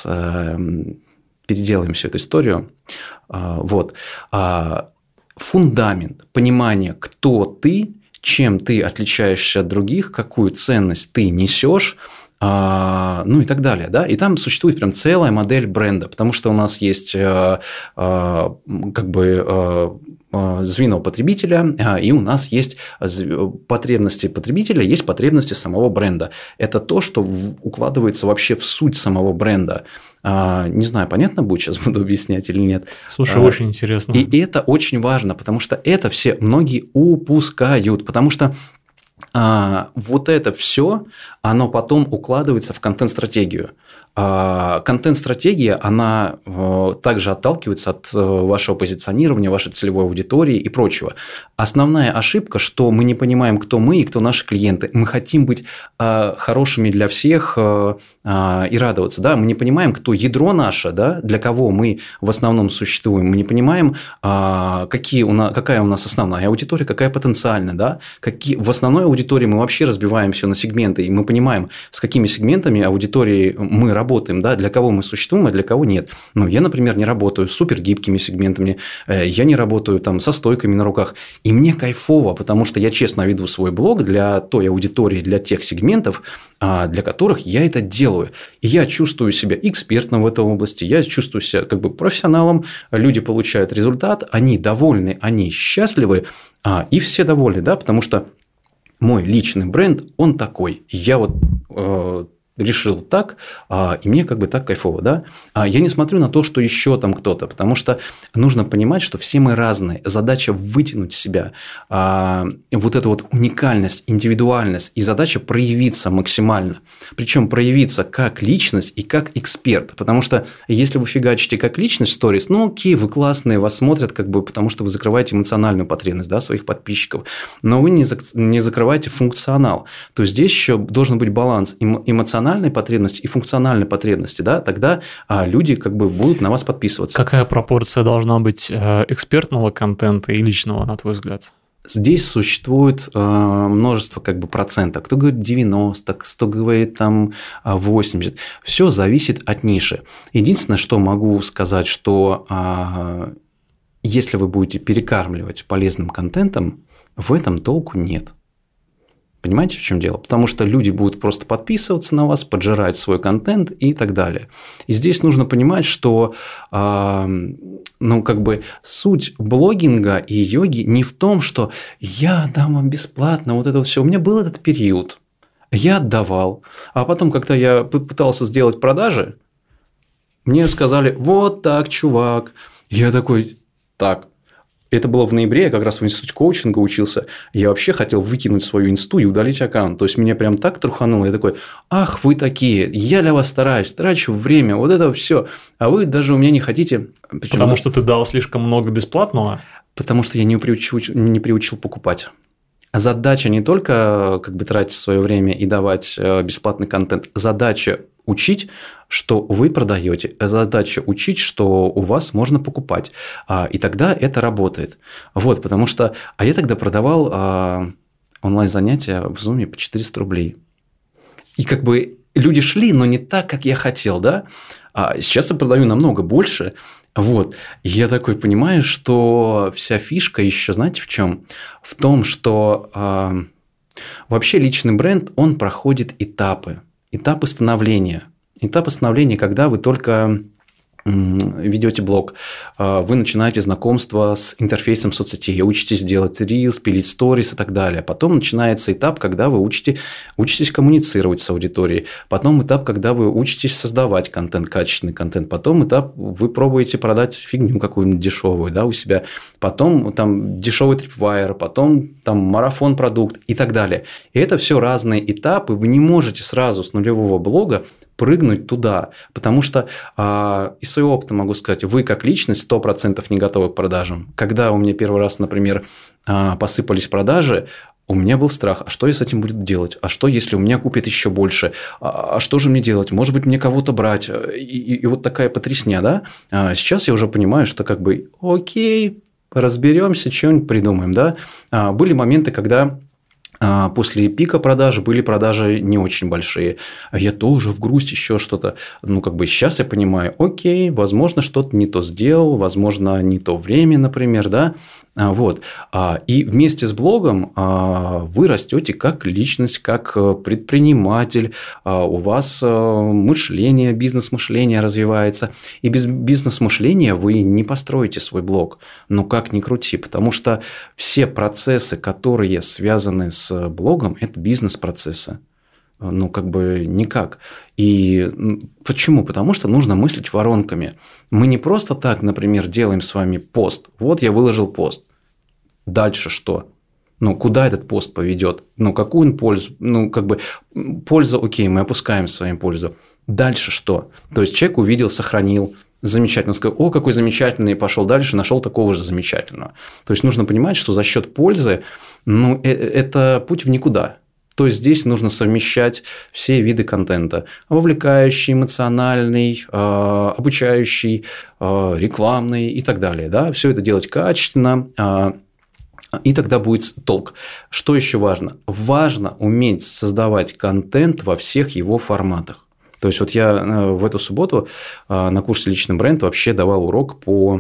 переделаем всю эту историю. Вот. Фундамент, понимание, кто ты, чем ты отличаешься от других, какую ценность ты несешь, ну и так далее, да, и там существует прям целая модель бренда, потому что у нас есть как бы звено потребителя, и у нас есть потребности потребителя, есть потребности самого бренда. Это то, что укладывается вообще в суть самого бренда. Не знаю, понятно будет, сейчас буду объяснять или нет. Слушай, очень интересно. И это очень важно, потому что это все многие упускают, потому что вот это все, оно потом укладывается в контент-стратегию. Контент-стратегия, она также отталкивается от вашего позиционирования, вашей целевой аудитории и прочего. Основная ошибка, что мы не понимаем, кто мы и кто наши клиенты. Мы хотим быть хорошими для всех и радоваться. Да? Мы не понимаем, кто ядро наше, да? Для кого мы в основном существуем. Мы не понимаем, какая у нас основная аудитория, какая потенциальная. Да? В основной аудитории мы вообще разбиваем все на сегменты, и мы понимаем, с какими сегментами аудитории мы работаем, да, для кого мы существуем, а для кого нет. Ну, я, например, не работаю с супергибкими сегментами, я не работаю там со стойками на руках, и мне кайфово, потому что я честно веду свой блог для той аудитории, для тех сегментов, для которых я это делаю. И я чувствую себя экспертом в этой области, я чувствую себя как бы профессионалом, люди получают результат, они довольны, они счастливы, и все довольны, да, потому что мой личный бренд, он такой. Я вот решил так, и мне как бы так кайфово, да. Я не смотрю на то, что еще там кто-то, потому что нужно понимать, что все мы разные. Задача вытянуть себя, вот эту вот уникальность, индивидуальность, и задача проявиться максимально. Причем проявиться как личность и как эксперт, потому что если вы фигачите как личность в сторис, ну окей, вы классные, вас смотрят как бы, потому что вы закрываете эмоциональную потребность, да, своих подписчиков, но вы не закрываете функционал. То есть здесь еще должен быть баланс эмоциональной потребности и функциональной потребности, да, тогда люди как бы будут на вас подписываться. Какая пропорция должна быть экспертного контента и личного, на твой взгляд? Здесь существует множество как бы процентов. Кто говорит 90, кто говорит там 80. Все зависит от ниши. Единственное, что могу сказать, что если вы будете перекармливать полезным контентом, в этом толку нет. Понимаете, в чем дело? Потому что люди будут просто подписываться на вас, поджирать свой контент и так далее. И здесь нужно понимать, что суть блогинга и йоги не в том, что я дам вам бесплатно вот это вот все. У меня был этот период, я отдавал, а потом, когда я пытался сделать продажи, мне сказали: вот так, чувак. Я такой: так. Это было в ноябре, я как раз в институте коучинга учился. Я вообще хотел выкинуть свою инсту и удалить аккаунт. То есть, меня прям так трухануло. Я такой: ах, вы такие, я для вас стараюсь, трачу время, вот это все. А вы даже у меня не хотите. Почему? Потому что ты дал слишком много бесплатного? Потому что я не приучил покупать. Задача не только тратить свое время и давать бесплатный контент. Задача учить, что вы продаете. Задача учить, что у вас можно покупать. И тогда это работает. Вот, потому что... А я тогда продавал онлайн-занятия в Zoom по 400 рублей. И люди шли, но не так, как я хотел, да? Сейчас я продаю намного больше. Вот. И я такой понимаю, что вся фишка еще, знаете, в чем? В том, что вообще личный бренд, он проходит этапы. Этапы становления. Этапы становления, когда вы только ведете блог, вы начинаете знакомство с интерфейсом соцсетей, учитесь делать рилс, пилить сторис и так далее. Потом начинается этап, когда вы учитесь коммуницировать с аудиторией. Потом этап, когда вы учитесь создавать контент, качественный контент. Потом этап, вы пробуете продать фигню какую-нибудь дешевую, да, у себя. Потом там дешевый Tripwire, потом там марафон продукт и так далее. И это все разные этапы. Вы не можете сразу с нулевого блога прыгнуть туда, потому что из своего опыта могу сказать, вы как личность 100% не готовы к продажам. Когда у меня первый раз, например, посыпались продажи, у меня был страх, а что я с этим буду делать? А что, если у меня купят еще больше? А что же мне делать? Может быть, мне кого-то брать? И вот такая потрясня, да? Сейчас я уже понимаю, что окей, разберемся, что-нибудь придумаем, да? Были моменты, когда... После пика продаж были продажи не очень большие. Я тоже в грусть, еще что-то. Сейчас я понимаю, окей, возможно, что-то не то сделал, возможно, не то время, например, да. Вот. И вместе с блогом вы растете как личность, как предприниматель. У вас мышление, бизнес-мышление развивается. И без бизнес-мышления вы не построите свой блог. Но как ни крути, потому что все процессы, которые связаны с блогом, это бизнес-процессы. Никак. И почему? Потому что нужно мыслить воронками. Мы не просто так, например, делаем с вами пост. Вот я выложил пост. Дальше что? Куда этот пост поведет? Какую он пользу? Польза, окей, мы опускаем с вами пользу. Дальше что? То есть, человек увидел, сохранил. Замечательно. Он сказал: о, какой замечательный, и пошел дальше, нашел такого же замечательного. То есть, нужно понимать, что за счет пользы, это путь в никуда. То есть, здесь нужно совмещать все виды контента. Вовлекающий, эмоциональный, обучающий, рекламный и так далее. Да? Все это делать качественно, и тогда будет толк. Что еще важно? Важно уметь создавать контент во всех его форматах. То есть, вот я в эту субботу на курсе «Личный бренд» вообще давал урок по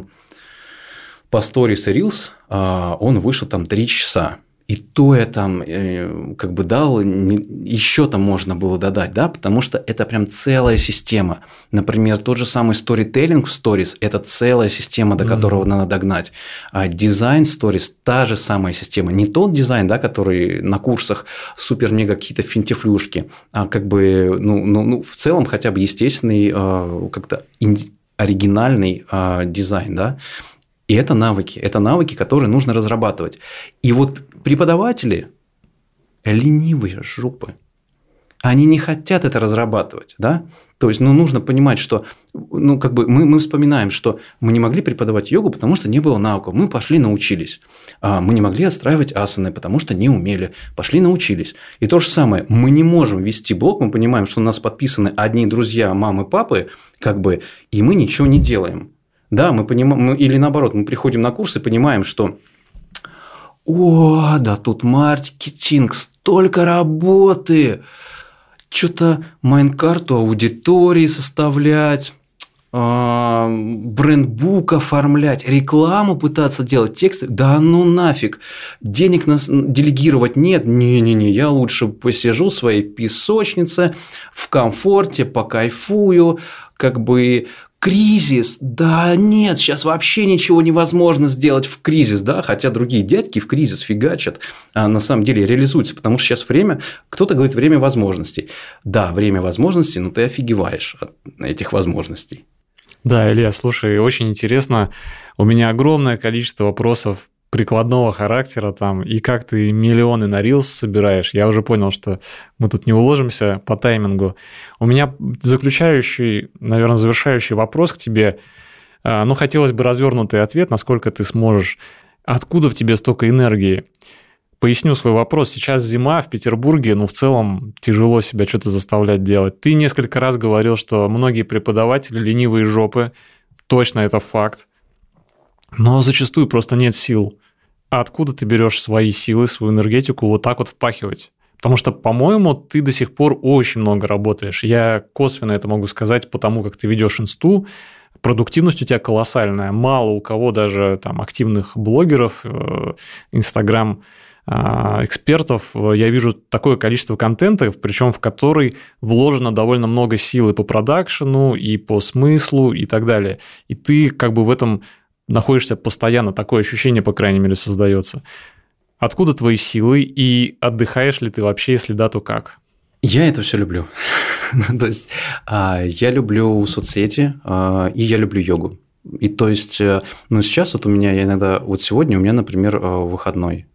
Stories и Reels. Он вышел там 3 часа. И то я там дал, еще там можно было додать, да, потому что это прям целая система. Например, тот же самый сторителлинг в Stories – это целая система, до которого надо догнать. А дизайн Stories – та же самая система. Не тот дизайн, да, который на курсах супер-мега какие-то финтифлюшки, а в целом хотя бы естественный, как-то оригинальный дизайн, да. И это навыки, которые нужно разрабатывать. И вот преподаватели ленивые жопы. Они не хотят это разрабатывать, да? То есть, нужно понимать, что мы вспоминаем, что мы не могли преподавать йогу, потому что не было навыков. Мы пошли, научились. Мы не могли отстраивать асаны, потому что не умели. Пошли, научились. И то же самое. Мы не можем вести блог, мы понимаем, что у нас подписаны одни друзья, мамы, папы, и мы ничего не делаем. Да, мы понимаем, или наоборот, мы приходим на курс и понимаем, что да тут маркетинг, столько работы, что-то майнд-карту аудитории составлять, брендбук оформлять, рекламу пытаться делать, тексты. Да ну нафиг. Денег нас делегировать нет. Не-не-не, я лучше посижу в своей песочнице, в комфорте, покайфую, как бы... Кризис? Да нет, сейчас вообще ничего невозможно сделать в кризис, да, хотя другие дядьки в кризис фигачат, а на самом деле реализуются, потому что сейчас время, кто-то говорит, время возможностей. Да, время возможностей, но ты офигеваешь от этих возможностей. Да, Илья, слушай, очень интересно, у меня огромное количество вопросов прикладного характера там, и как ты миллионы на Reels собираешь, я уже понял, что мы тут не уложимся по таймингу. У меня заключающий, наверное, завершающий вопрос к тебе. Ну, хотелось бы развернутый ответ, насколько ты сможешь. Откуда в тебе столько энергии? Поясню свой вопрос. Сейчас зима в Петербурге, в целом тяжело себя что-то заставлять делать. Ты несколько раз говорил, что многие преподаватели ленивые жопы. Точно, это факт. Но зачастую просто нет сил. А откуда ты берешь свои силы, свою энергетику вот так вот впахивать? Потому что, по-моему, ты до сих пор очень много работаешь. Я косвенно это могу сказать потому, как ты ведешь инсту. Продуктивность у тебя колоссальная. Мало у кого даже там активных блогеров, Инстаграм экспертов. Я вижу такое количество контента, причем в который вложено довольно много сил и по продакшену, и по смыслу, и так далее. И ты как бы в этом находишься постоянно, такое ощущение, по крайней мере, создается. Откуда твои силы и отдыхаешь ли ты вообще, если да, то как? Я это все люблю. То есть, я люблю соцсети, и я люблю йогу. И то есть, сейчас вот у меня, я иногда, вот сегодня у меня, например, выходной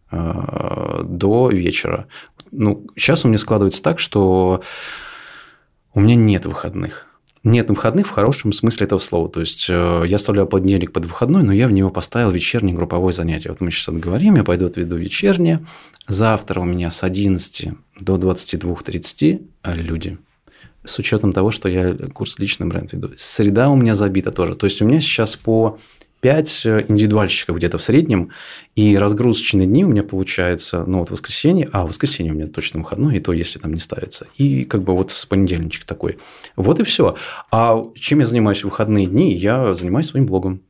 до вечера. Сейчас у меня складывается так, что у меня нет выходных. Нет выходных в хорошем смысле этого слова. То есть, я оставлял понедельник под выходной, но я в него поставил вечернее групповое занятие. Вот мы сейчас отговорим, я пойду отведу вечернее. Завтра у меня с 11 до 22:30 люди. С учетом того, что я курс «Личный бренд» веду. Среда у меня забита тоже. То есть, у меня сейчас по 5 индивидуальщиков где-то в среднем, и разгрузочные дни у меня получается, воскресенье, воскресенье у меня точно выходной, и то, если там не ставится, и как бы вот с понедельничек такой. Вот и все. А чем я занимаюсь в выходные дни? Я занимаюсь своим блогом.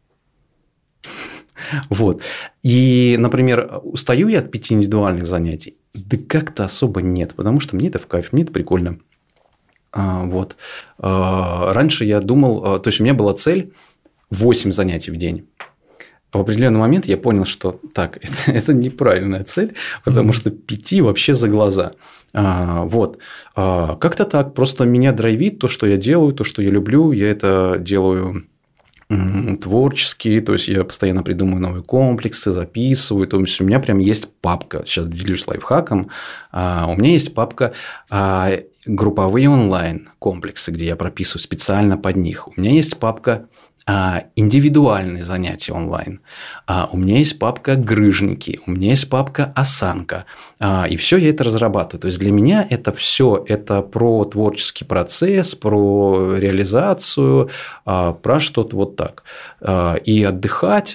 Вот. И, например, устаю я от 5 индивидуальных занятий? Да как-то особо нет, потому что мне это в кайф, мне это прикольно. Вот. Раньше я думал, то есть, у меня была цель 8 занятий в день. В определенный момент я понял, что так, это неправильная цель, потому что 5 вообще за глаза. Вот. Как-то так. Просто меня драйвит то, что я делаю, то, что я люблю. Я это делаю творчески. То есть, я постоянно придумываю новые комплексы, записываю. То есть, у меня прям есть папка. Сейчас делюсь лайфхаком. У меня есть папка групповые онлайн комплексы, где я прописываю специально под них. У меня есть папка индивидуальные занятия онлайн. У меня есть папка грыжники, у меня есть папка осанка. И все я это разрабатываю. То есть, для меня это все это про творческий процесс, про реализацию, про что-то вот так. И отдыхать,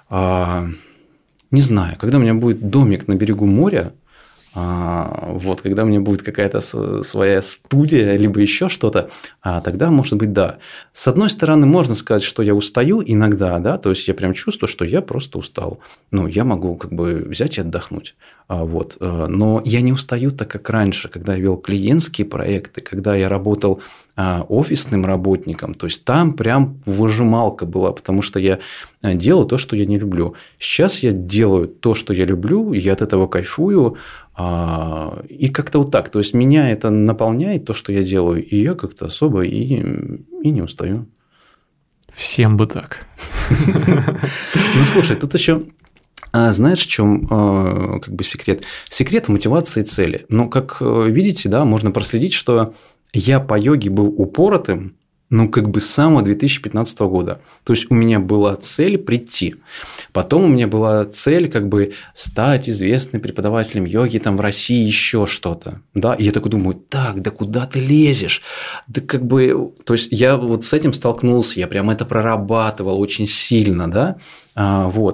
не знаю, когда у меня будет домик на берегу моря, вот, когда у меня будет какая-то своя студия, либо еще что-то, тогда, может быть, да. С одной стороны, можно сказать, что я устаю иногда, да, то есть, я прям чувствую, что я просто устал. Я могу как бы взять и отдохнуть. Вот. Но я не устаю так, как раньше, когда я вел клиентские проекты, когда я работал офисным работником. То есть, там прям выжималка была, потому что я делал то, что я не люблю. Сейчас я делаю то, что я люблю, и я от этого кайфую. И как-то вот так. То есть, меня это наполняет, то, что я делаю, и я как-то особо и не устаю. Всем бы так. Слушай, тут еще... знаешь, в чем как бы секрет? Секрет мотивации и цели. Как видите, да, можно проследить, что я по йоге был упоротым, как бы с самого 2015 года. То есть, у меня была цель прийти. Потом у меня была цель как бы стать известным преподавателем йоги там в России, еще что-то. Да? И я такой думаю, так, да куда ты лезешь? Да как бы... То есть, я вот с этим столкнулся, я прям это прорабатывал очень сильно, да? Вот.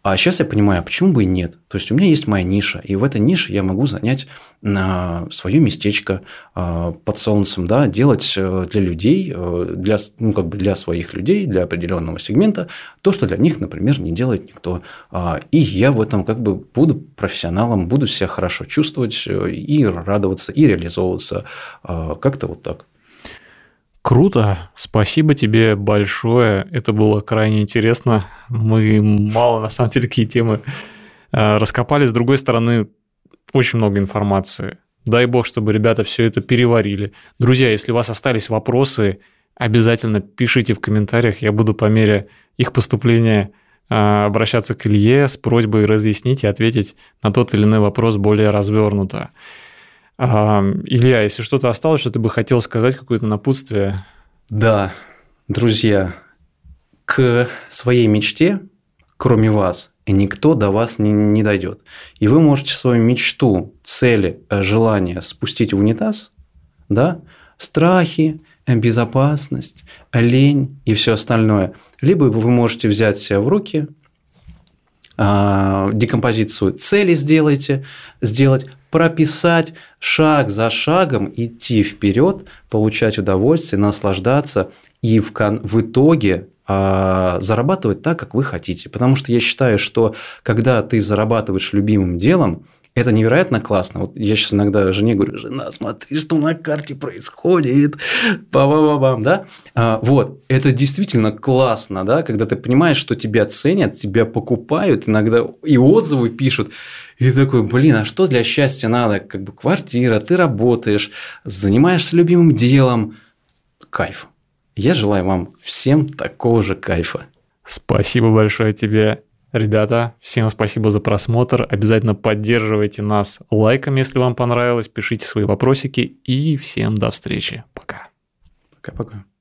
А сейчас я понимаю, почему бы и нет. То есть у меня есть моя ниша, и в этой нише я могу занять свое местечко под солнцем, да, делать для людей, для своих людей, для определенного сегмента, то, что для них, например, не делает никто. И я в этом буду профессионалом, буду себя хорошо чувствовать и радоваться, и реализовываться. Как-то вот так. Круто, спасибо тебе большое, это было крайне интересно, мы мало на самом деле какие темы раскопали, с другой стороны очень много информации, дай бог, чтобы ребята все это переварили. Друзья, если у вас остались вопросы, обязательно пишите в комментариях, я буду по мере их поступления обращаться к Илье с просьбой разъяснить и ответить на тот или иной вопрос более развернуто. Илья, если что-то осталось, что ты бы хотел сказать, какое-то напутствие? Да, друзья, к своей мечте, кроме вас, никто до вас не дойдет. И вы можете свою мечту, цели, желания спустить в унитаз, да, страхи, безопасность, лень и все остальное. Либо вы можете взять себя в руки, декомпозицию цели сделать, прописать шаг за шагом, идти вперед, получать удовольствие, наслаждаться и в итоге зарабатывать так, как вы хотите. Потому что я считаю, что когда ты зарабатываешь любимым делом, это невероятно классно. Вот я сейчас иногда жене говорю: жена, смотри, что на карте происходит. Ба-ба-ба-бам, да? Вот, это действительно классно, да, когда ты понимаешь, что тебя ценят, тебя покупают, иногда и отзывы пишут. И ты такой: блин, а что для счастья надо? Квартира, ты работаешь, занимаешься любимым делом. Кайф. Я желаю вам всем такого же кайфа. Спасибо большое тебе. Ребята, всем спасибо за просмотр. Обязательно поддерживайте нас лайками, если вам понравилось. Пишите свои вопросики. И всем до встречи. Пока. Пока-пока.